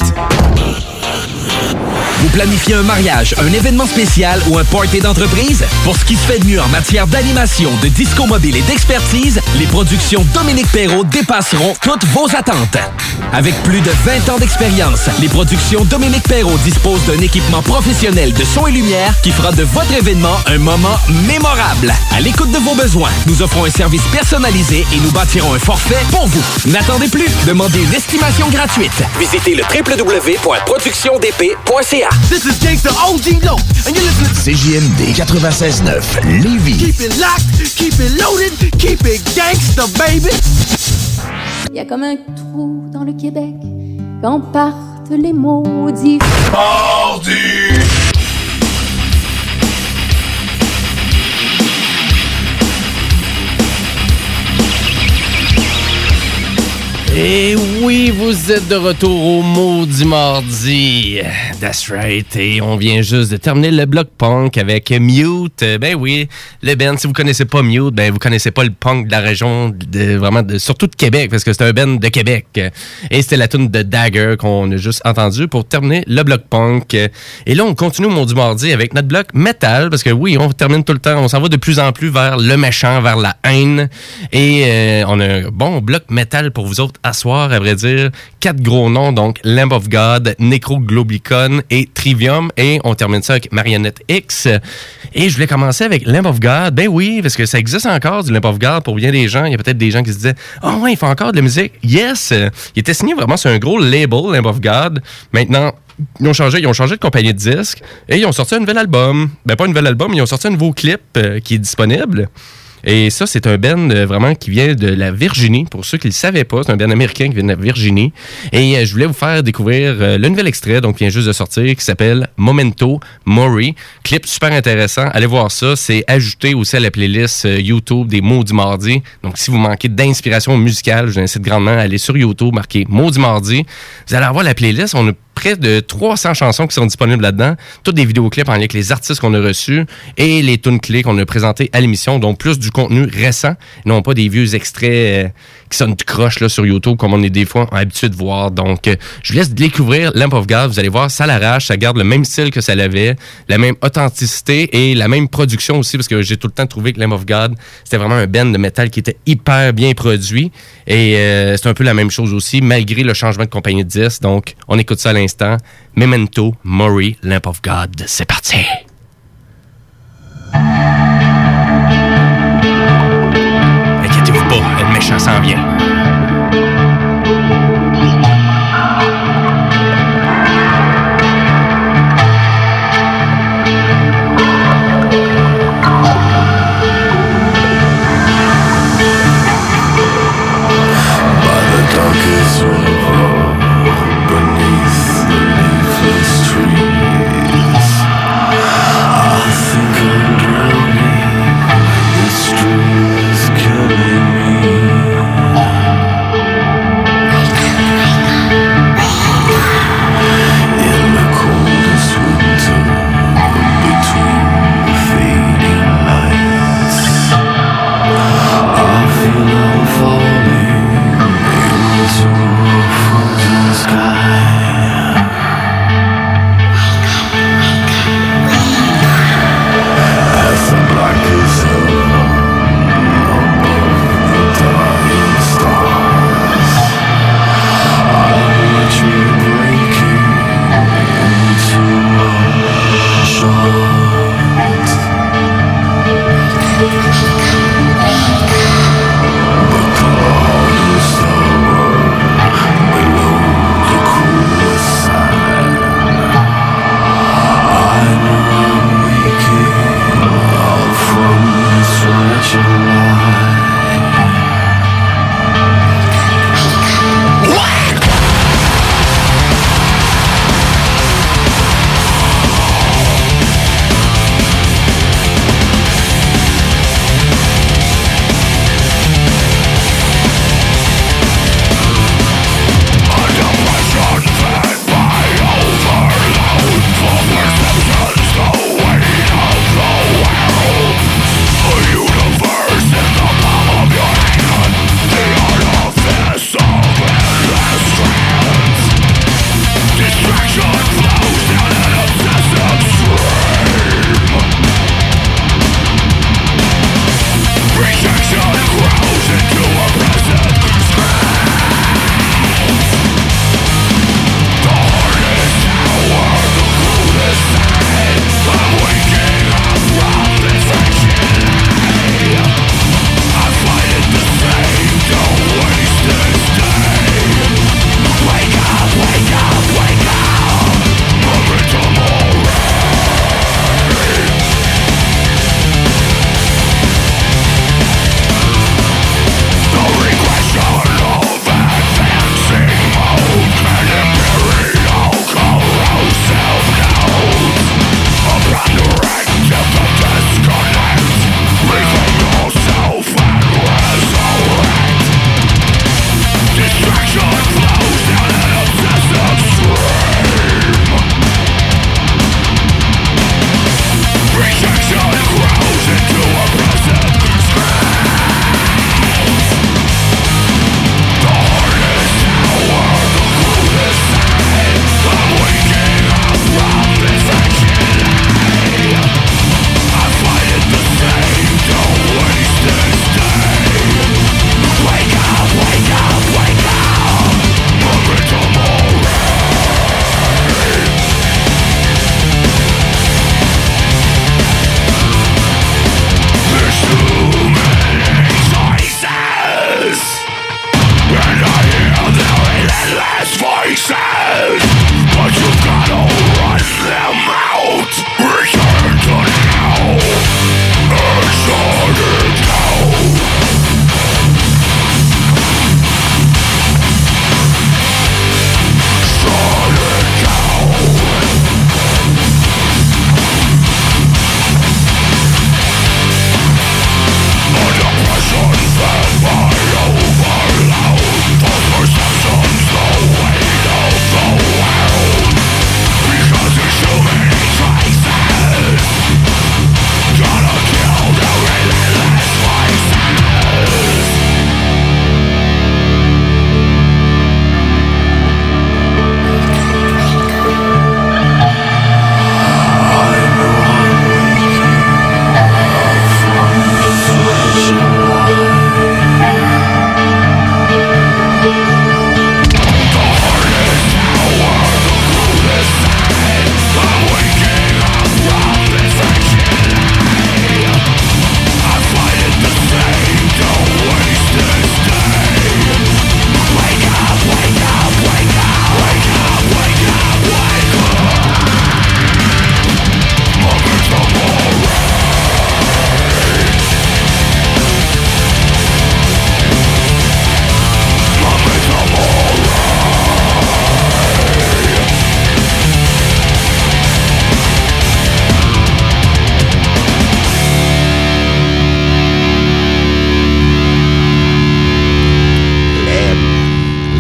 Vous planifiez un mariage, un événement spécial ou un party d'entreprise? Pour ce qui se fait de mieux en matière d'animation, de disco mobile et d'expertise, les productions Dominique Perrault dépasseront toutes vos attentes. Avec plus de 20 ans d'expérience, les productions Dominique Perrault disposent d'un équipement professionnel de son et lumière qui fera de votre événement un moment mémorable. À l'écoute de vos besoins, nous offrons un service personnalisé et nous bâtirons un forfait pour vous. N'attendez plus, demandez une estimation gratuite. Visitez le www.productiondp.ca. This is Gangsta OG Low, and you're listening to CJMD 96.9 Lévis. Keep it locked, keep it loaded, keep it gangsta, baby. Il y a comme un trou dans le Québec quand partent les maudits. Mardi! Et oui, vous êtes de retour au Maudit Mardi. That's right. Et on vient juste de terminer le bloc punk avec Mute. Ben oui, le band, si vous connaissez pas Mute, ben vous connaissez pas le punk de la région, surtout de Québec, parce que c'est un band de Québec. Et c'était la tune de Dagger qu'on a juste entendu pour terminer le bloc punk. Et là, on continue au Maudit Mardi avec notre bloc metal, parce que oui, on termine tout le temps, on s'en va de plus en plus vers le méchant, vers la haine. Et on a un bon bloc metal pour vous autres à soir, à vrai dire. 4 gros noms, donc Lamb of God, Necroglobicon et Trivium. Et on termine ça avec Marionnette X. Et je voulais commencer avec Lamb of God. Ben oui, parce que ça existe encore du Lamb of God pour bien des gens. Il y a peut-être des gens qui se disaient « Oh ouais, il fait encore de la musique. » Yes! Il était signé vraiment sur un gros label, Lamb of God. Maintenant, ils ont changé de compagnie de disques et ils ont sorti un nouvel album. Ben pas un nouvel album, ils ont sorti un nouveau clip qui est disponible. Et ça, c'est un band vraiment qui vient de la Virginie. Pour ceux qui ne le savaient pas, c'est un band américain qui vient de la Virginie. Et je voulais vous faire découvrir le nouvel extrait, donc qui vient juste de sortir, qui s'appelle Memento Mori. Clip super intéressant. Allez voir ça. C'est ajouté aussi à la playlist YouTube des Maudits Mardi. Donc, si vous manquez d'inspiration musicale, je vous incite grandement à aller sur YouTube, marquer Maudits Mardi. Vous allez avoir la playlist. On a près de 300 chansons qui sont disponibles là-dedans. Toutes des vidéoclips en lien avec les artistes qu'on a reçus et les tunes clés qu'on a présentées à l'émission. Donc, plus du contenu récent, non pas des vieux extraits qui sonnent du croche là, sur YouTube comme on est des fois habitué de voir. Donc, je vous laisse découvrir Lamb of God. Vous allez voir, ça l'arrache. Ça garde le même style que ça l'avait, la même authenticité et la même production aussi parce que j'ai tout le temps trouvé que Lamb of God, c'était vraiment un band de métal qui était hyper bien produit. Et c'est un peu la même chose aussi, malgré le changement de compagnie de disques. Donc, on écoute ça à l'instant. Memento Mori, Lamb of God. C'est parti! Inquiétez-vous pas, le méchant s'en vient. This dream is killing me.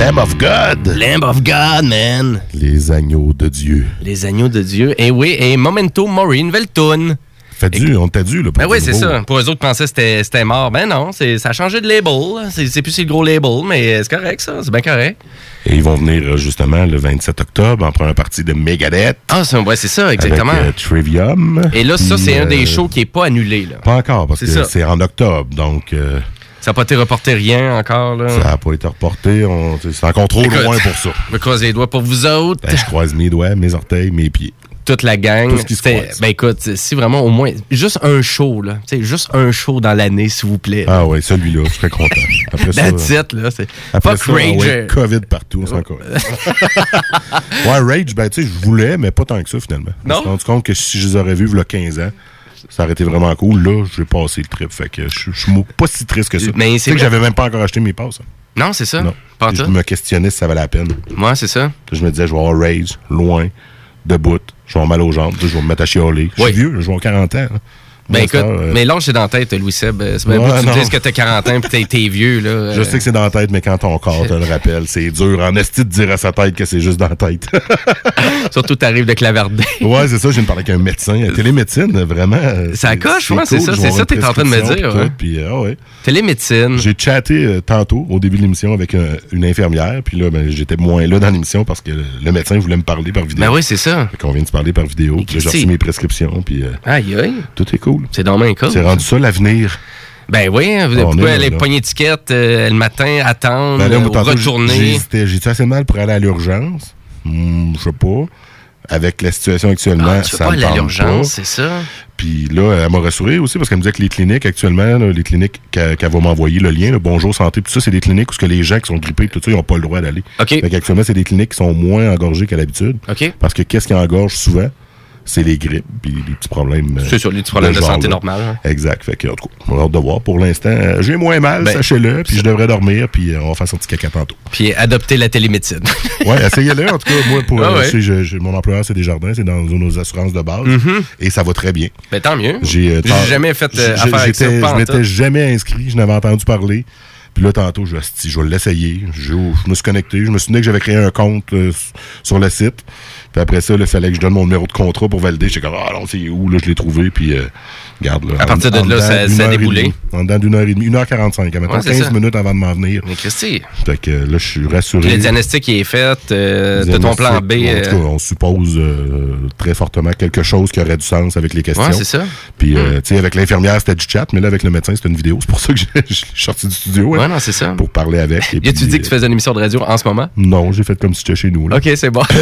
Lamb of God. Lamb of God, man. Les agneaux de Dieu. Les agneaux de Dieu. Et oui, et Memento Mori, nouvelle toune. On t'a dû, là. Ben oui, c'est ça. Pour eux autres qui pensaient que c'était mort. Ben non, ça a changé de label. C'est plus le gros label, mais c'est correct, ça. C'est bien correct. Et ils vont venir, justement, le 27 octobre, en première partie de Megadeth. Ah, c'est ça, exactement. Avec Trivium. Et là, ça, c'est un des shows qui n'est pas annulé, là. Pas encore, parce que c'est en octobre, donc... Ça n'a pas été reporté rien encore, là. Ça n'a pas été reporté. C'est encore trop loin pour ça. Je me croise les doigts pour vous autres. Ben, je croise mes doigts, mes orteils, mes pieds. Toute la gang. Tout ce qui se croise. Ben écoute, si vraiment au moins, juste un show, là. Juste un show dans l'année, s'il vous plaît. Ah ouais, celui-là, je serais content. Après ça, that's it, là. Après fuck ça, Rage. Ouais, COVID partout, c'est encore. Ouais, Rage, ben tu sais, je voulais, mais pas tant que ça, finalement. Je me suis rendu compte que si je les aurais vus, il y a 15 ans, ça aurait été vraiment cool. Là, j'ai passé le trip. Fait que je suis pas si triste que ça. Mais c'est que j'avais même pas encore acheté mes passes. Non, c'est ça. Non. Pas je me questionnais si ça valait la peine. Moi, c'est ça. Je me disais, je vais avoir Rage, loin, debout. Je vais avoir mal aux jambes. Je vais me mettre à chialer. Je suis vieux, je vais avoir 40 ans. Hein. Ben écoute, mais l'âge c'est dans la tête, Louis-Seb. C'est même pas que tu me dises que t'as 40 ans pis t'es vieux, là. Je sais que c'est dans la tête, mais quand ton corps te le rappelle, c'est dur en esti de dire à sa tête que c'est juste dans la tête. Surtout t'arrives de Clavardin. Ouais, c'est ça, je viens de parler avec un médecin. Télémédecine, vraiment. Ça coche, moi, cool. c'est ça que t'es en train de me dire. Ouais. Puis, ouais. Télémédecine. J'ai chatté tantôt, au début de l'émission, avec une infirmière, puis là, ben, j'étais moins là dans l'émission parce que le médecin voulait me parler par vidéo. Ben oui, c'est ça. Fait qu'on vient de se parler par vidéo, puis j'ai reçu mes prescriptions, puis aïe, aïe. tout est cool. C'est dans main cool. C'est rendu ça l'avenir. Ben oui, pourquoi les poignées d'étiquette le matin, attendre, retourner? J'ai-tu assez mal pour aller à l'urgence? Je sais pas. Avec la situation actuellement, tu ça peux me pas aller à tente l'urgence, pas. c'est ça? Puis là, elle m'a rassuré aussi parce qu'elle me disait que les cliniques actuellement, là, les cliniques qu'elle va m'envoyer, le lien, le Bonjour Santé, tout ça, c'est des cliniques où que les gens qui sont grippés, tout ça, ils n'ont pas le droit d'aller. Okay. Fait qu'actuellement, c'est des cliniques qui sont moins engorgées qu'à l'habitude. Okay. Parce que qu'est-ce qui engorge souvent? C'est les grippes puis les petits problèmes. C'est sûr, les petits problèmes de santé normale. Hein. Exact. Fait que, en tout cas, on a hâte de voir. Pour l'instant, j'ai moins mal, sachez-le, puis je devrais dormir, puis on va faire son petit caca tantôt. Puis adopter la télémédecine. Ouais, essayez-le. En tout cas, moi, pour mon employeur, c'est Desjardins, c'est dans nos assurances de base, et ça va très bien. Ben tant mieux. J'ai jamais fait affaire avec ça. Je m'étais jamais inscrit, je n'avais entendu parler. Puis là, tantôt, je vais l'essayer. Je me suis connecté. Je me souvenais que j'avais créé un compte sur le site. Puis après ça, il fallait que je donne mon numéro de contrat pour valider. J'étais comme, ah non, c'est où? Là, je l'ai trouvé. Puis, regarde. Là, à partir de là, ça a déboulé. En dedans d'une heure et demie. 1h45. À maintenant 15 minutes avant de m'en venir. Mais Christy. Fait que là, je suis rassuré. Puis le diagnostic est fait. De ton plan B. En tout cas, on suppose très fortement quelque chose qui aurait du sens avec les questions. Ouais, c'est ça. Puis, tu sais, avec l'infirmière, c'était du chat. Mais là, avec le médecin, c'était une vidéo. C'est pour ça que je suis sorti du studio. Ouais, non, c'est ça. Pour parler avec. Et tu dis que tu faisais une émission de radio en ce moment? Non, j'ai fait comme si j'étais chez nous. Là. OK, c'est bon.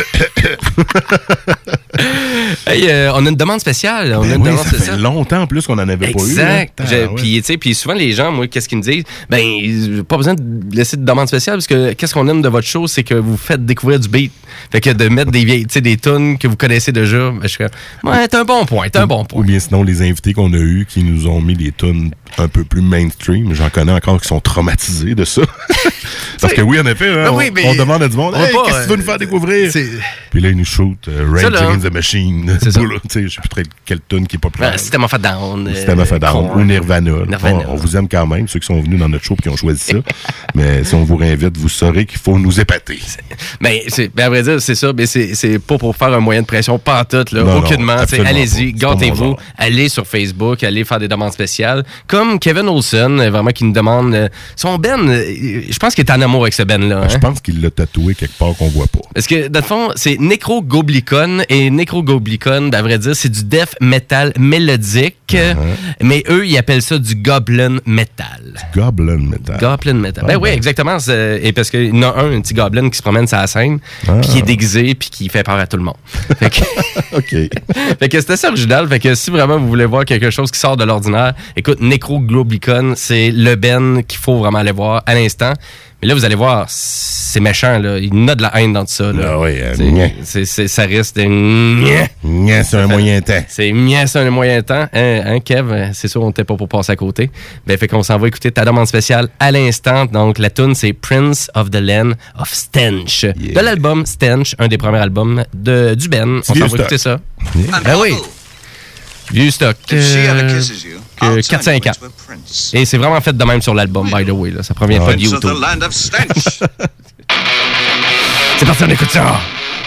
Hey, on a une demande spéciale. Ça fait longtemps en plus qu'on n'en avait pas eu. Exact. Puis souvent, les gens, moi, qu'est-ce qu'ils me disent? Ben, pas besoin de laisser de demande spéciale parce que qu'est-ce qu'on aime de votre show, c'est que vous faites découvrir du beat. Fait que de mettre des vieilles, des tunes que vous connaissez déjà, ben, je suis comme, ouais, t'as un bon point. Ou bien sinon, les invités qu'on a eus qui nous ont mis des tunes un peu plus mainstream, j'en connais encore qui sont traumatisés de ça. Parce que oui, en effet, hein, on demande à du monde, hey, qu'est-ce que tu veux nous faire découvrir? Puis là, ils nous shootent Rage Against the Machine. Je sais plus quelle tune qui est populaire. System of a Down. System of a Down ou Nirvana. On vous aime quand même, ceux qui sont venus dans notre show et qui ont choisi ça. Mais si on vous réinvite, vous saurez qu'il faut nous épater. Mais à vrai dire, c'est ça. Mais c'est pas pour faire un moyen de pression, pas en tout, là, aucunement. Allez-y, gâtez-vous. Allez sur Facebook, allez faire des demandes spéciales. Comme Kevin Olsen, vraiment, qui nous demande son Ben. Je pense qu'il est en amour avec ce Ben-là. Je pense qu'il l'a tatoué quelque part qu'on voit pas. Parce que, dans le fond, c'est Necrogoblicon. Et Necrogoblicon, à vrai dire, c'est du death metal mélodique. Mais eux, ils appellent ça du goblin metal. Goblin metal. Goblin metal. Ben oui, exactement. Et parce qu'il y en a un petit goblin qui se promène sur la scène, puis qui est déguisé, puis qui fait peur à tout le monde. Fait que, OK. Fait que c'est assez original. Fait que si vraiment vous voulez voir quelque chose qui sort de l'ordinaire, écoute, Necrogoblicon, c'est le Ben qu'il faut vraiment aller voir à l'instant. Mais là, vous allez voir, c'est méchant, là. Il y en a de la haine dans tout ça, là. Ah oui, ça reste c'est un moyen temps. C'est un moyen temps. Hein, Kev? C'est sûr, on n'était pas pour passer à côté. Ben, fait qu'on s'en va écouter ta demande spéciale à l'instant. Donc, la tune, c'est Prince of the Land of Stench. De l'album Stench, un des premiers albums du Ben. On s'en va écouter ça. Ben oui. Vieux stock. 4-5 ans. Et c'est vraiment fait de même sur l'album, by the way. Là. Ça provient pas de YouTube. C'est parti, on écoute ça.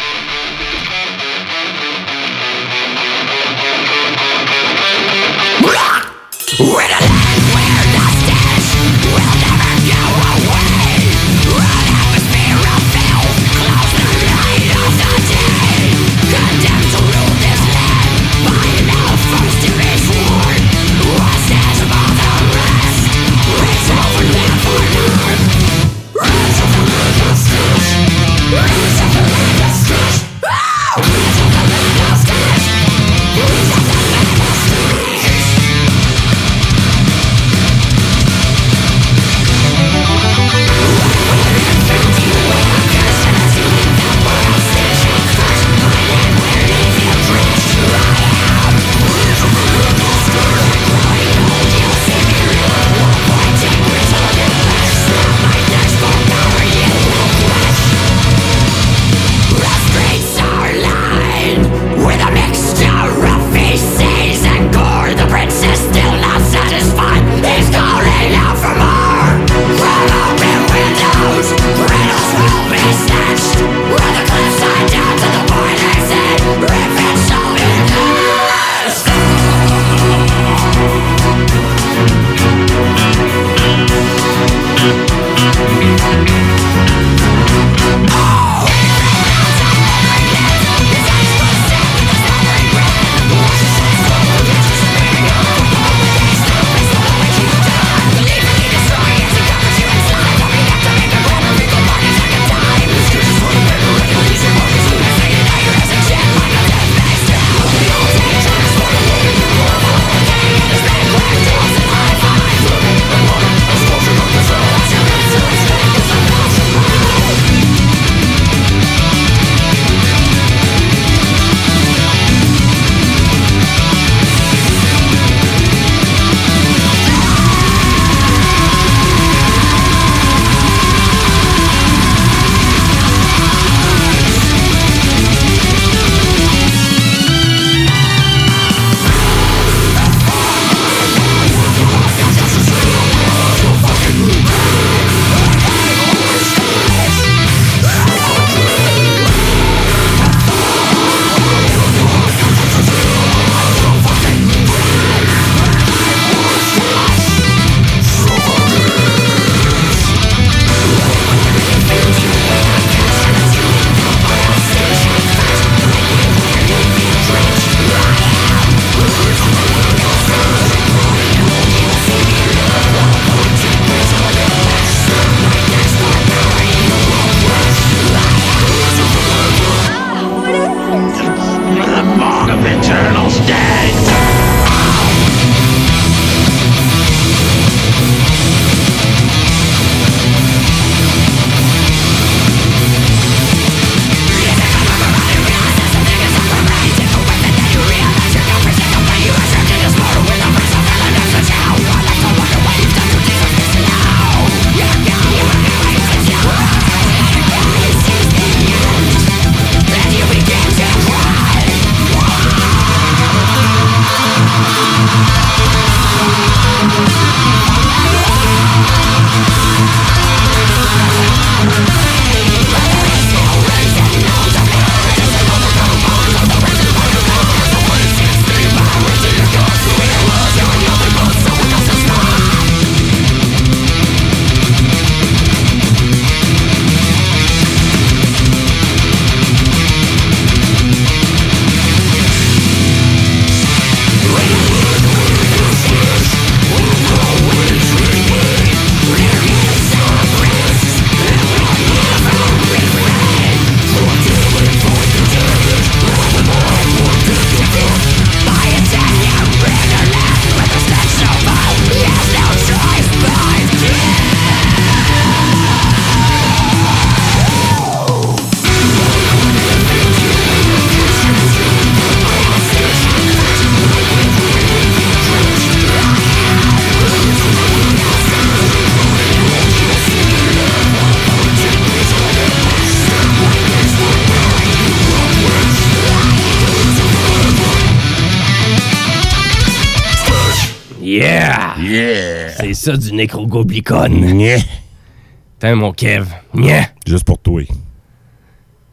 Yeah! Yeah! C'est ça du Necrogoblicon. Yeah! T'es mon Kev. Yeah! Juste pour toi.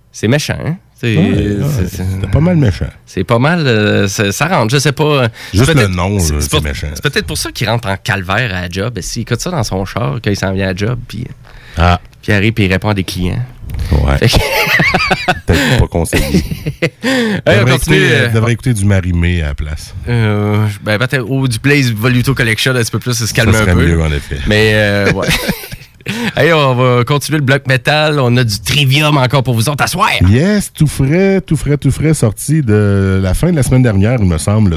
C'est méchant, hein? C'est pas mal méchant. C'est pas mal... ça rentre, je sais pas... Juste le nom, c'est méchant. C'est peut-être pour ça qu'il rentre en calvaire à la job. S'il écoute ça dans son char quand il s'en vient à la job, puis il arrive et il répond à des clients. Ouais. Peut-être pas conseillé. Devrait écouter du Marimé à la place. Peut-être du Blaze Voluto Collection, un petit peu plus, ça se calme un peu. Mieux, en effet. Mais, ouais. Hey, on va continuer le bloc metal. On a du Trivium encore pour vous autres à soir. Yes, tout frais, sorti de la fin de la semaine dernière, il me semble. Le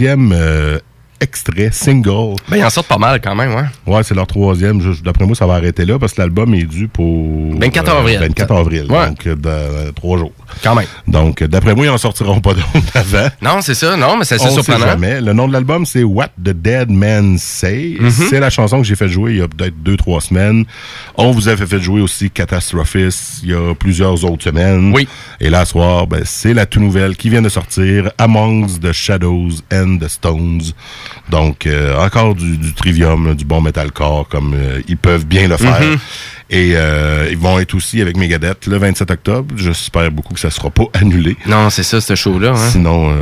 3e extrait, single. Ben, ils en sortent pas mal quand même, ouais. Ouais, c'est leur 3e. D'après moi, ça va arrêter là parce que l'album est dû pour... 24 avril. 24 avril, ouais. Donc 3 jours. Quand même. Donc, d'après moi, ils n'en sortiront pas d'autres avant. Non, c'est ça. Non, mais c'est assez surprenant. Sait jamais. Le nom de l'album, c'est What the Dead Man Say. C'est la chanson que j'ai fait jouer il y a peut-être 2-3 semaines. On vous avait fait jouer aussi Catastrophist il y a plusieurs autres semaines. Oui. Et là, ce soir, c'est la toute nouvelle qui vient de sortir, Amongst the Shadows and the Stones. Donc, encore du Trivium, du bon metalcore, comme ils peuvent bien le faire. Et ils vont être aussi avec Megadeth le 27 octobre. J'espère beaucoup que ça ne sera pas annulé. Non, c'est ça, ce show-là. Hein? Sinon,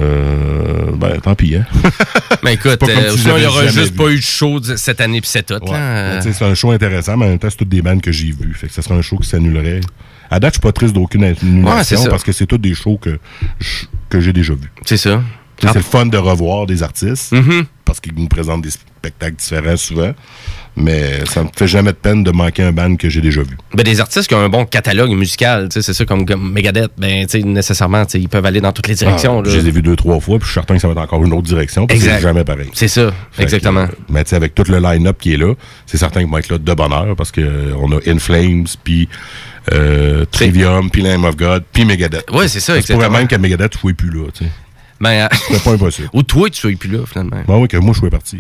tant pis. Hein? Mais écoute, sinon, il n'y aura juste pas eu de show cette année, puis c'est tout. Ouais. C'est un show intéressant, mais en même temps, c'est toutes des bandes que j'ai vues. Fait que ça sera un show qui s'annulerait. À date, je suis pas triste d'aucune annulation parce que c'est tous des shows que j'ai déjà vus. C'est ça. C'est le fun de revoir des artistes parce qu'ils nous présentent des spectacles différents souvent. Mais ça me fait jamais de peine de manquer un band que j'ai déjà vu. Ben, des artistes qui ont un bon catalogue musical, c'est ça, comme Megadeth, nécessairement, ils peuvent aller dans toutes les directions. Je les ai vus 2-3 fois, puis je suis certain que ça va être encore une autre direction, puis c'est jamais pareil. C'est ça, exactement. Mais avec tout le line-up qui est là, c'est certain qu'ils vont être là de bonne heure, parce qu'on a In Flames, puis Trivium, puis Lamb of God, puis Megadeth. Oui, c'est ça, exactement. C'est pour même que Megadeth ne soit plus là, tu sais. Ben, c'est pas impossible. Ou toi, tu sois plus là, finalement. Ben oui, que moi, je sois parti.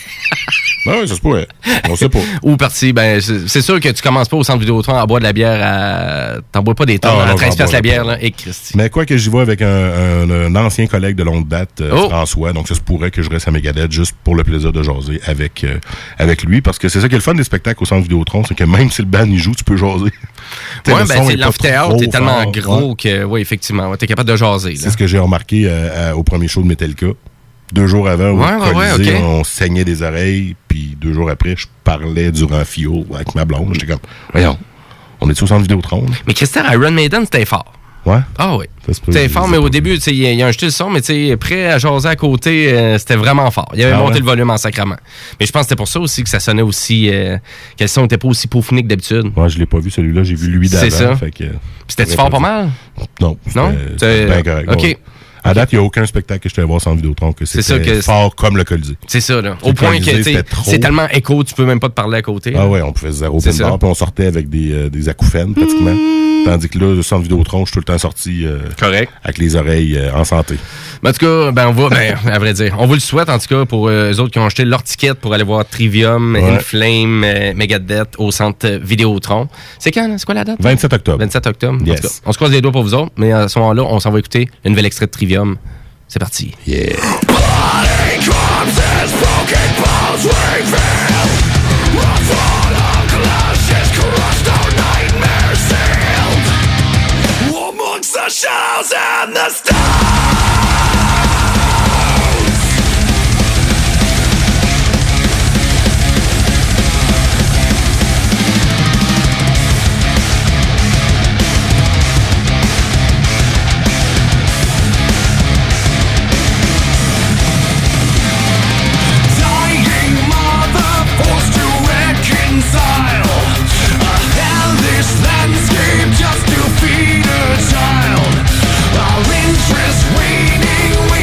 Ben oui, ça se pourrait. On sait pas. Ou parti, ben, c'est sûr que tu commences pas au centre Vidéotron à boire de la bière à... T'en bois pas des tonnes à 13$ la bière, là. Et Christy. Mais quoi que j'y vais avec un ancien collègue de longue date, François, donc ça se pourrait que je reste à Megadeth juste pour le plaisir de jaser avec lui, parce que c'est ça qui est le fun des spectacles au centre Vidéotron, c'est que même si le band y joue, tu peux jaser. Ouais, ben, l'amphithéâtre est tellement gros que, oui, effectivement, t'es capable de jaser. C'est ce que j'ai remarqué au premier show de Metallica. 2 jours avant, au Colisée, on saignait des oreilles, puis 2 jours après, je parlais du Ranfio avec ma blonde. J'étais comme, voyons, on est-tu au centre Vidéotron? Mais Christer, Iron Maiden, c'était fort. Ouais? Ah oui. C'était fort, mais au début, il a acheté le son, mais prêt à jaser à côté, c'était vraiment fort. Il avait monté le volume en sacrament. Mais je pense que c'était pour ça aussi que ça sonnait aussi, que le son n'était pas aussi peaufiné que d'habitude. Ouais, je l'ai pas vu celui-là, j'ai vu lui d'avant. C'est ça. Puis c'était-tu fort pas mal? Non. C'était bien correct. OK. Ouais. À date, il n'y a aucun spectacle que je t'ai voir sans Vidéotron que c'était fort comme le Colisée. C'est ça, là. Au point que c'est tellement écho, tu peux même pas te parler à côté. Ah ouais, on pouvait se zéro open bar, puis on sortait avec des acouphènes, pratiquement. Tandis que là, le centre Vidéotron, je suis tout le temps sorti correct, avec les oreilles en santé. Mais en tout cas, on va, à vrai dire, on vous le souhaite, en tout cas, pour eux autres qui ont acheté leur ticket pour aller voir Trivium, In Flame, Megadeth au centre Vidéotron. C'est quand, là? C'est quoi la date? 27 octobre. 27 octobre. Yes. En tout cas, on se croise les doigts pour vous autres, mais à ce moment-là, on s'en va écouter un nouvel extrait de Trivium. C'est parti. Yeah. The shells and the stones. Dying mother forced to reconcile a hellish landscape just to feed a child. Our interest waning.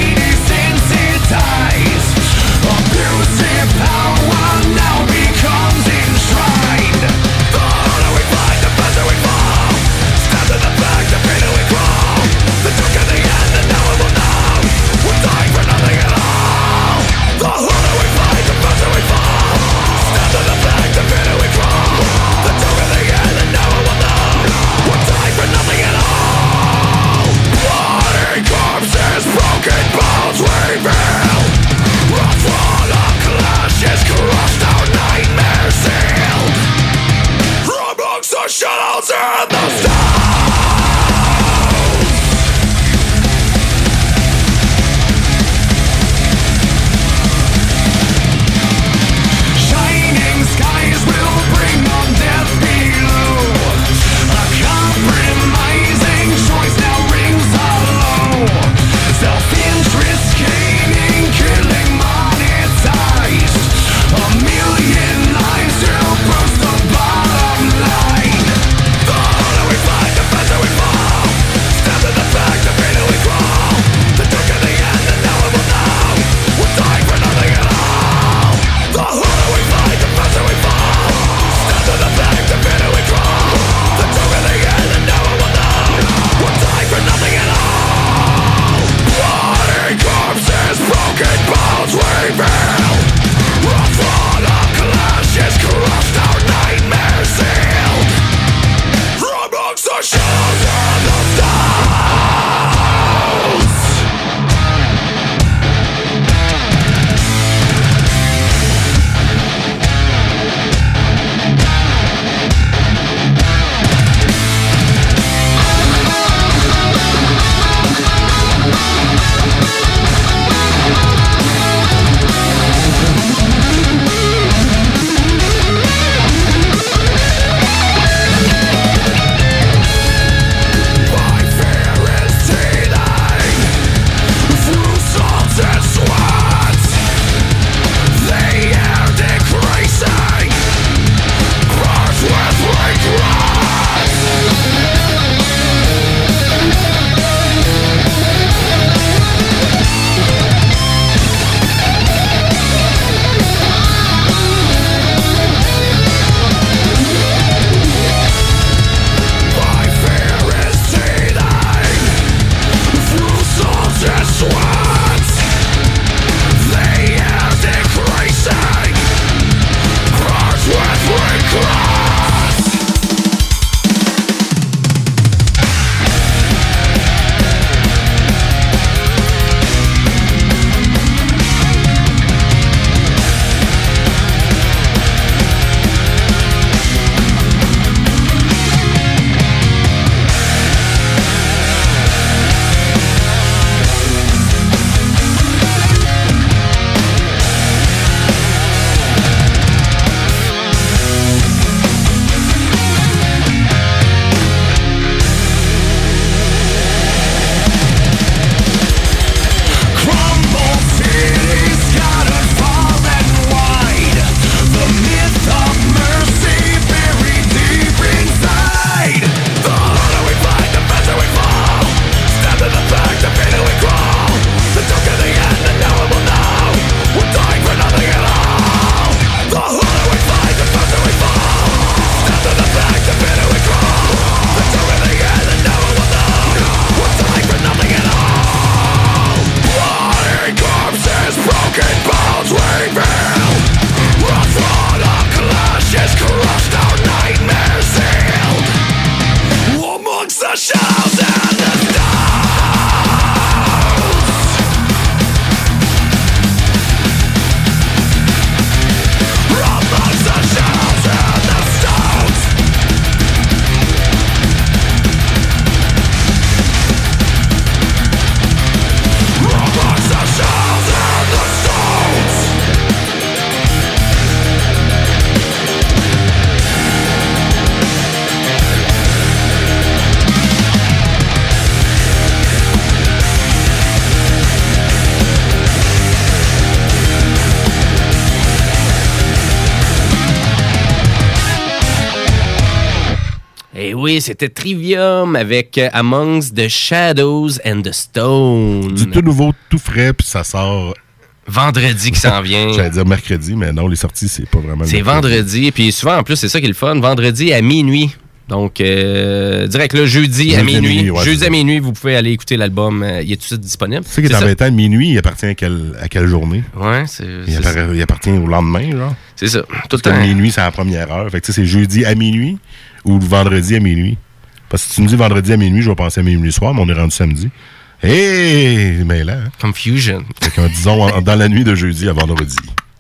Eh oui, c'était Trivium avec Amongst the Shadows and the Stone. Du tout nouveau, tout frais, puis ça sort... Vendredi qui s'en vient. J'allais dire mercredi, mais non, les sorties, c'est pas vraiment... C'est vendredi, puis souvent, en plus, c'est ça qui est le fun, vendredi à minuit. Donc, direct là, jeudi à minuit. Ouais, jeudi à minuit, vous pouvez aller écouter l'album. Il est tout de suite disponible. C'est ça qui est embêtant, minuit, il appartient à quelle journée? Ouais, il appartient au lendemain, genre. C'est ça. Tout le temps. Minuit, c'est à la première heure. Fait que c'est jeudi à minuit ou vendredi à minuit. Parce que si tu me dis vendredi à minuit, je vais penser à minuit soir, mais on est rendu samedi. Hey, mais là. Confusion. Fait que, disons, dans la nuit de jeudi à vendredi.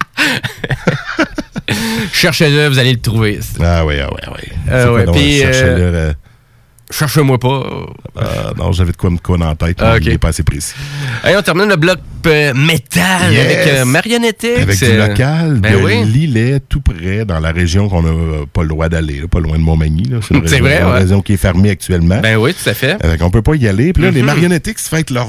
Cherchez-le, vous allez le trouver. Ah oui. Puis, cherchez-le. Cherchez-moi pas. Non, j'avais de quoi dans la tête, mais il n'est pas assez précis. Allez, on termine le bloc métal avec Marionnettix. Avec du local, oui. Lillet, tout près, dans la région qu'on n'a pas le droit d'aller, là, pas loin de Montmagny. Là. C'est une région qui est fermée actuellement. Ben oui, tout à fait. On peut pas y aller. Puis là, les Marionnettix fêtent leur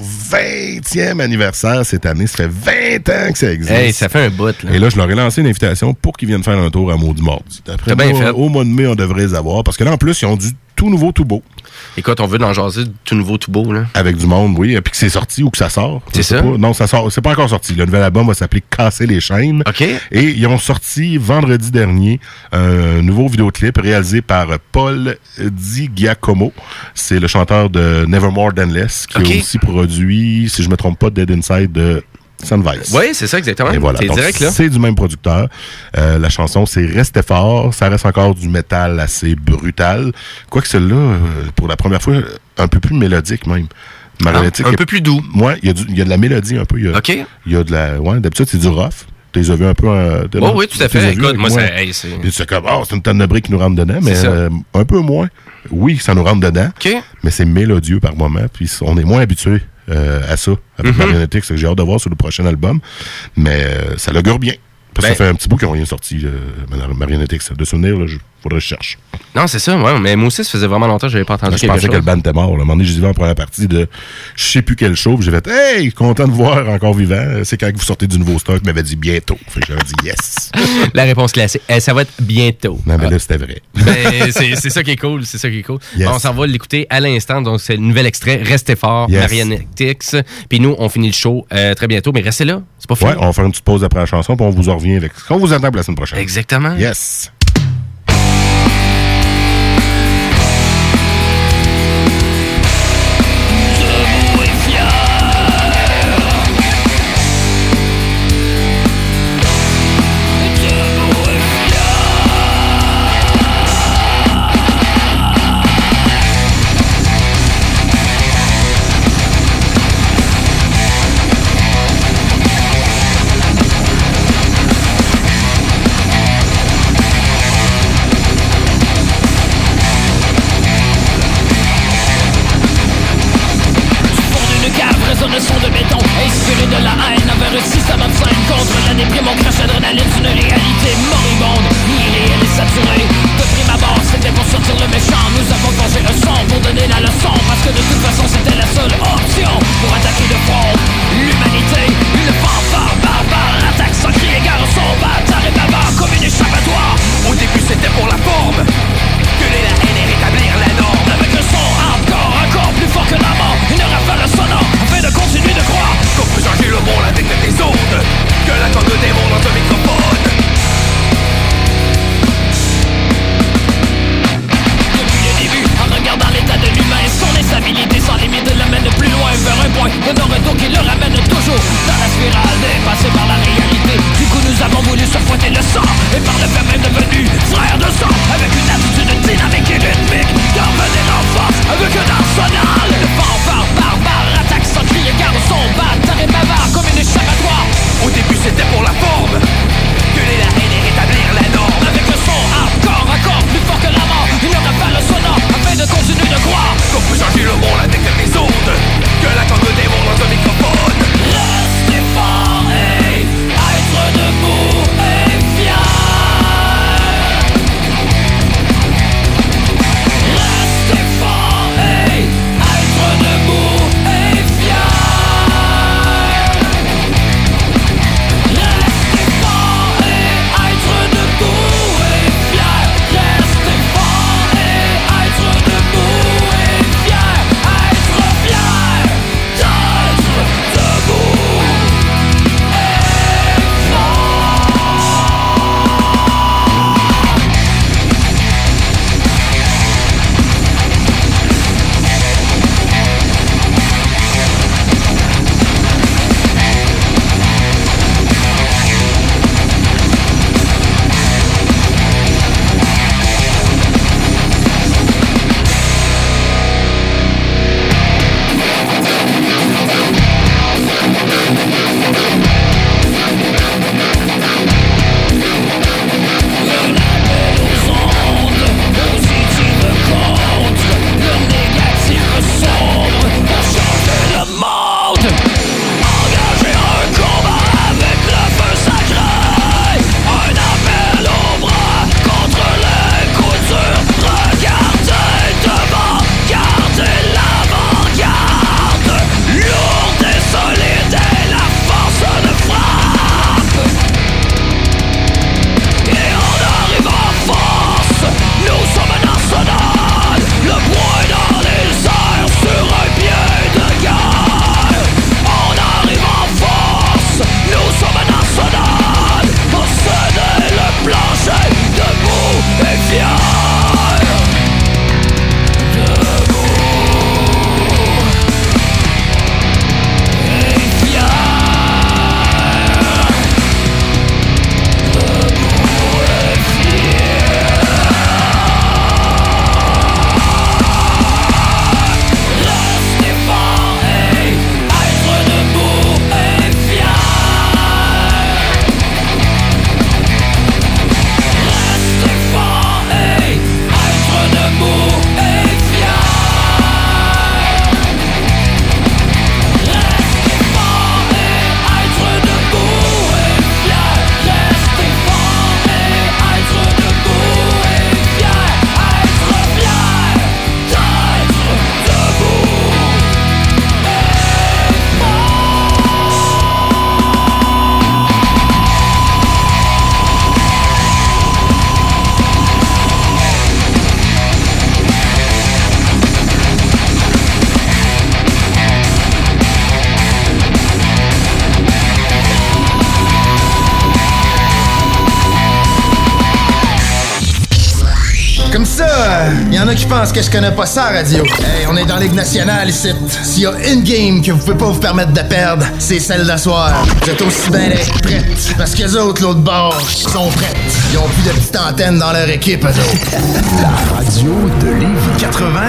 20e anniversaire cette année. Ça fait 20 ans que ça existe. Hey, ça fait un bout. Là. Et là, je leur ai lancé une invitation pour qu'ils viennent faire un tour à Maudit Mardi. D'après moi, au mois de mai, on devrait les avoir. Parce que là, en plus, ils ont du tout nouveau, tout beau. Écoute, on veut d'en jaser tout nouveau, tout beau. Là. Avec du monde, oui. Puis que c'est sorti ou que ça sort. C'est ça? Non, ça sort. C'est pas encore sorti. Le nouvel album va s'appeler Casser les chaînes. OK. Et ils ont sorti vendredi dernier un nouveau vidéoclip réalisé par Paul Di Giacomo. C'est le chanteur de Nevermore Than Less qui a aussi produit, si je me trompe pas, Dead Inside de Sunvice. Oui, c'est ça exactement. Et voilà. C'est direct, là. C'est du même producteur. La chanson, c'est Restez fort. Ça reste encore du métal assez brutal. Quoique celle-là, pour la première fois, un peu plus mélodique même. Un peu plus doux. Ouais, il y a de la mélodie un peu. Il y a de la... Ouais, d'habitude, c'est du rough. Tu les as vu un peu... oui, tout à fait. Écoute, moi, c'est comme, c'est une tonne de briques qui nous rentre dedans, mais un peu moins. Oui, ça nous rentre dedans, mais c'est mélodieux par moment, puis on est moins habitué à ça, avec Marionnettix, que j'ai hâte de voir sur le prochain album, mais ça l'augure bien. Parce que ça fait un petit bout qu'ils n'ont rien sorti, Marionnettix. De souvenir, il faudrait que je cherche. Non, c'est ça, ouais, mais moi aussi, ça faisait vraiment longtemps que je n'avais pas entendu je pensais que le band était mort. À un moment donné, j'ai vu en première partie de je sais plus quel show, j'ai fait « Hey, content de voir encore vivant. C'est quand vous sortez du nouveau stock. » Il m'avait dit « Bientôt. » Fait que j'avais dit « Yes. » La réponse classique. Ça va être bientôt. Non, mais là, c'était vrai. C'est ça qui est cool. C'est ça qui est cool. Yes. On s'en va l'écouter à l'instant. Donc, c'est le nouvel extrait. Restez fort, Marionnettix. Puis nous, on finit le show très bientôt. Mais restez là. C'est pas fini. Ouais, on va faire une petite pause après la chanson, puis on vous en revient avec ce qu'on vous attend pour la semaine prochaine. Exactement. Yes. Le son de béton, inspiré de la haine envers un système obscène contre la déprime, on crache l'adrénaline d'une réalité moribonde, irréelle et saturée. De prime abord, c'était pour sortir le méchant. Nous avons forgé un son pour donner la leçon, parce que de toute façon c'était la seule option pour attaquer de front l'humanité. Une fanfare barbare attaque sans crier gare son bâtard et bavard comme une échappatoire. Au début c'était pour la forme, gueuler la haine et rétablir la norme. Avec un son hardcore encore plus fort que la mort, une rafale sonore afin de continuer de croire qu'on peut changer le monde avec des ondes, que la tonne de démon dans un microphone. là, y en a qui pensent que je connais pas ça, radio. Hey, on est dans la Ligue nationale ici. S'il y a une game que vous pouvez pas vous permettre de perdre, c'est celle d'asseoir. Vous êtes aussi bien d'être prêtes. Parce que les autres, l'autre bord, sont prêtes. Ils ont plus de petites antennes dans leur équipe, eux autres. La radio de Lévis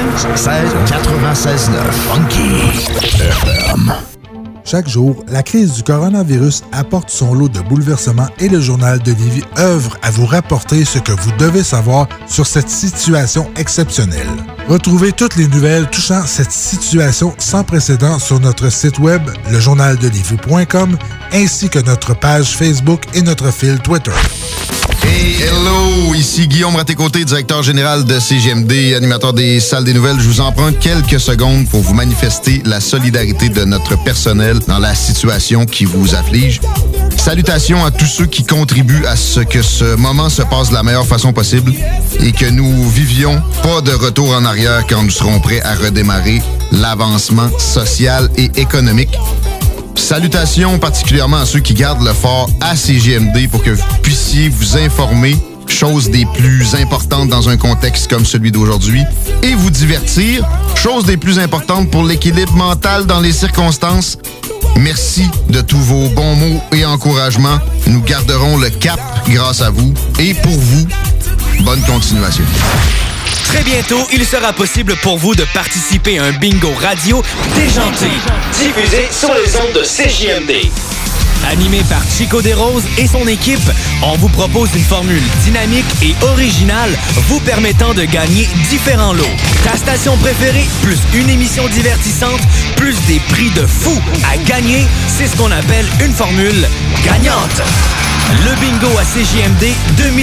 96.9 Funky FM. Chaque jour, la crise du coronavirus apporte son lot de bouleversements et le Journal de Lévis œuvre à vous rapporter ce que vous devez savoir sur cette situation exceptionnelle. Retrouvez toutes les nouvelles touchant cette situation sans précédent sur notre site web, lejournaldelévis.com, ainsi que notre page Facebook et notre fil Twitter. Hey, hello! Ici Guillaume Raté-Côté, directeur général de CGMD, animateur des salles des nouvelles. Je vous emprunte quelques secondes pour vous manifester la solidarité de notre personnel dans la situation qui vous afflige. Salutations à tous ceux qui contribuent à ce que ce moment se passe de la meilleure façon possible et que nous vivions pas de retour en arrière quand nous serons prêts à redémarrer l'avancement social et économique. Salutations particulièrement à ceux qui gardent le fort à CGMD pour que vous puissiez vous informer, chose des plus importantes dans un contexte comme celui d'aujourd'hui, et vous divertir, chose des plus importantes pour l'équilibre mental dans les circonstances. Merci de tous vos bons mots et encouragements. Nous garderons le cap grâce à vous. Et pour vous, bonne continuation. Très bientôt, il sera possible pour vous de participer à un bingo radio déjanté, diffusé sur les ondes de CJMD. Animé par Chico Desroses et son équipe, on vous propose une formule dynamique et originale vous permettant de gagner différents lots. Ta station préférée, plus une émission divertissante, plus des prix de fou à gagner, c'est ce qu'on appelle une formule gagnante. Le bingo à CJMD,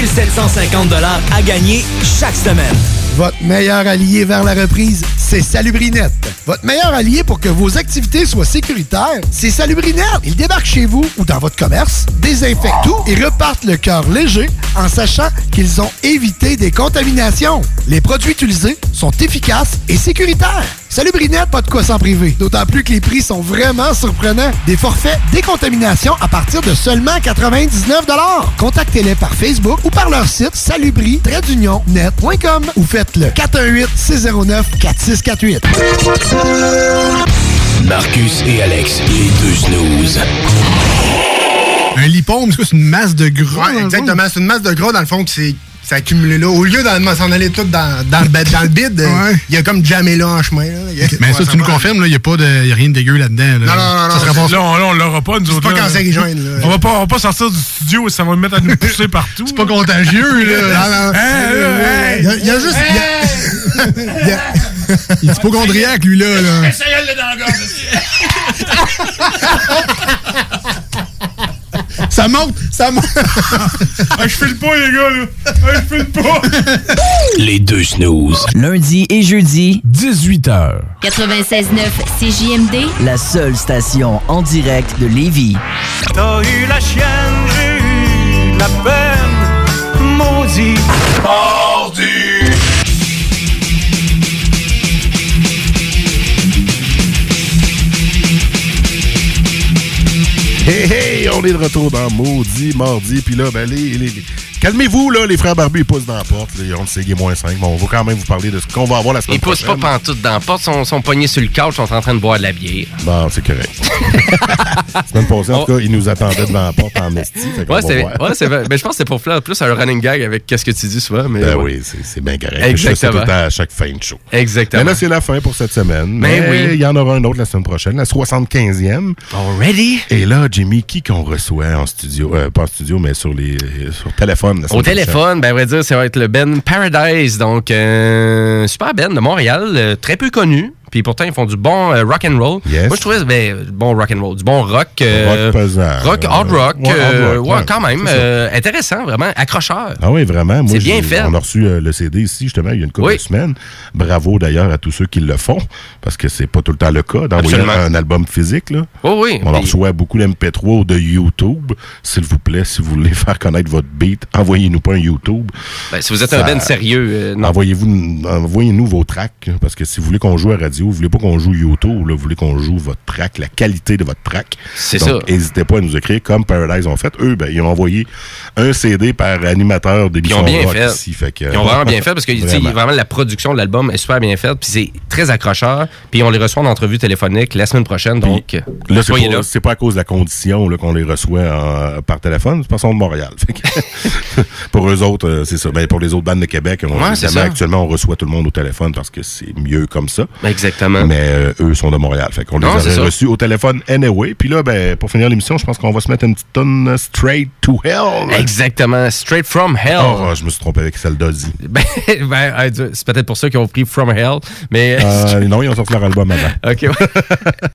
2750 $ à gagner chaque semaine. Votre meilleur allié vers la reprise, c'est Salubrinette. Votre meilleur allié pour que vos activités soient sécuritaires, c'est Salubrinette. Ils débarquent chez vous ou dans votre commerce, désinfectent tout et repartent le cœur léger en sachant qu'ils ont évité des contaminations. Les produits utilisés sont efficaces et sécuritaires. Salubrinette, pas de quoi s'en priver. D'autant plus que les prix sont vraiment surprenants. Des forfaits décontamination à partir de seulement 99 $. Contactez-les par Facebook ou par leur site salubri-net.com ou faites-le 418-609-4648. Marcus et Alex, les deux snooze. Un lipome, c'est une masse de gras? Ouais, exactement. C'est une masse de gras, dans le fond, que c'est accumulé là. Au lieu d'en s'en aller tout dans le bide, il y a comme jamais là en chemin. Là. Mais ça, tu nous confirmes, il n'y a rien de dégueu là-dedans. Là. Non. Là, on l'aura pas, nous autres. C'est pas cancérigène. On va pas sortir du studio, ça va nous mettre à nous pousser partout. C'est pas contagieux, là. Il y a juste... Il est hypochondriaque, lui, là. Essaye-le dans la gorge. Ça monte! Je file pas, les gars, là! Je file pas! Les deux snooze. Lundi et jeudi, 18h. 96.9 CJMD, la seule station en direct de Lévis. T'as eu la chienne, j'ai eu de la peine, maudit. Mardi! Hey, on est de retour dans Maudit Mardi. Puis là, ben, calmez-vous, là, les frères barbus, ils poussent dans la porte. Là, on le sait, il est -5. Bon, on va quand même vous parler de ce qu'on va avoir la semaine prochaine. Ils poussent pas pantoute dans la porte, sont pognés sur le couch, sont en train de boire de la bière. Bon, c'est correct. La semaine passée, en tout cas, ils nous attendaient devant la porte en esti. C'est vrai. Mais je pense que c'est pour faire plus un running gag avec qu'est-ce que tu dis souvent. Mais ben oui, c'est bien correct. Exactement. C'est tout le temps à chaque fin de show. Exactement. Mais là, c'est la fin pour cette semaine. Mais oui. Il y en aura un autre la semaine prochaine, la 75e. Already? Et là, Jimmy, qui qu'on reçoit en studio, pas en studio, mais sur téléphone. Au téléphone, ben, à vrai dire, ça va être le Ben Paradise. Donc, super Ben de Montréal, très peu connu. Puis pourtant, ils font du bon rock and roll. Yes. Moi, je trouvais du bon rock and roll, du bon rock. Rock pesant. Hard rock. Ouais, quand même. Intéressant, vraiment. Accrocheur. Ah oui, vraiment. C'est bien fait. On a reçu le CD ici, justement, il y a une couple de semaines. Bravo, d'ailleurs, à tous ceux qui le font, parce que c'est pas tout le temps le cas d'envoyer un album physique. Là. Oh oui. On reçoit beaucoup d'MP3 de YouTube. S'il vous plaît, si vous voulez faire connaître votre beat, envoyez-nous pas un YouTube. Ben, si vous êtes un Ben sérieux, envoyez-nous vos tracks, parce que si vous voulez qu'on joue à radio, radio. Vous voulez pas qu'on joue YouTube, là, vous voulez qu'on joue votre track, la qualité de votre track. C'est donc, ça. n'hésitez pas à nous écrire comme Paradise ont fait. Eux, ils ont envoyé un CD par animateur d'émission Ils ont bien rock fait. ici. Fait que, ils ont vraiment bien fait parce que vraiment la production de l'album est super bien faite. Puis c'est très accrocheur. Puis on les reçoit en entrevue téléphonique la semaine prochaine. Donc, là, soyez là. c'est pas à cause de la condition là, qu'on les reçoit par téléphone. C'est parce qu'ils sont de Montréal. Fait que pour eux autres, c'est ça. Ben, pour les autres bandes de Québec, actuellement, on reçoit tout le monde au téléphone parce que c'est mieux comme ça. Exactement. Mais eux sont de Montréal. Fait qu'on les aurait reçus au téléphone anyway. Puis là, ben, pour finir l'émission, je pense qu'on va se mettre une petite tonne Straight to Hell. Exactement. Straight from Hell. Oh, je me suis trompé avec celle d'Ozzy. C'est peut-être pour ça qu'ils ont pris From Hell. Mais non, ils ont sorti leur album avant. OK.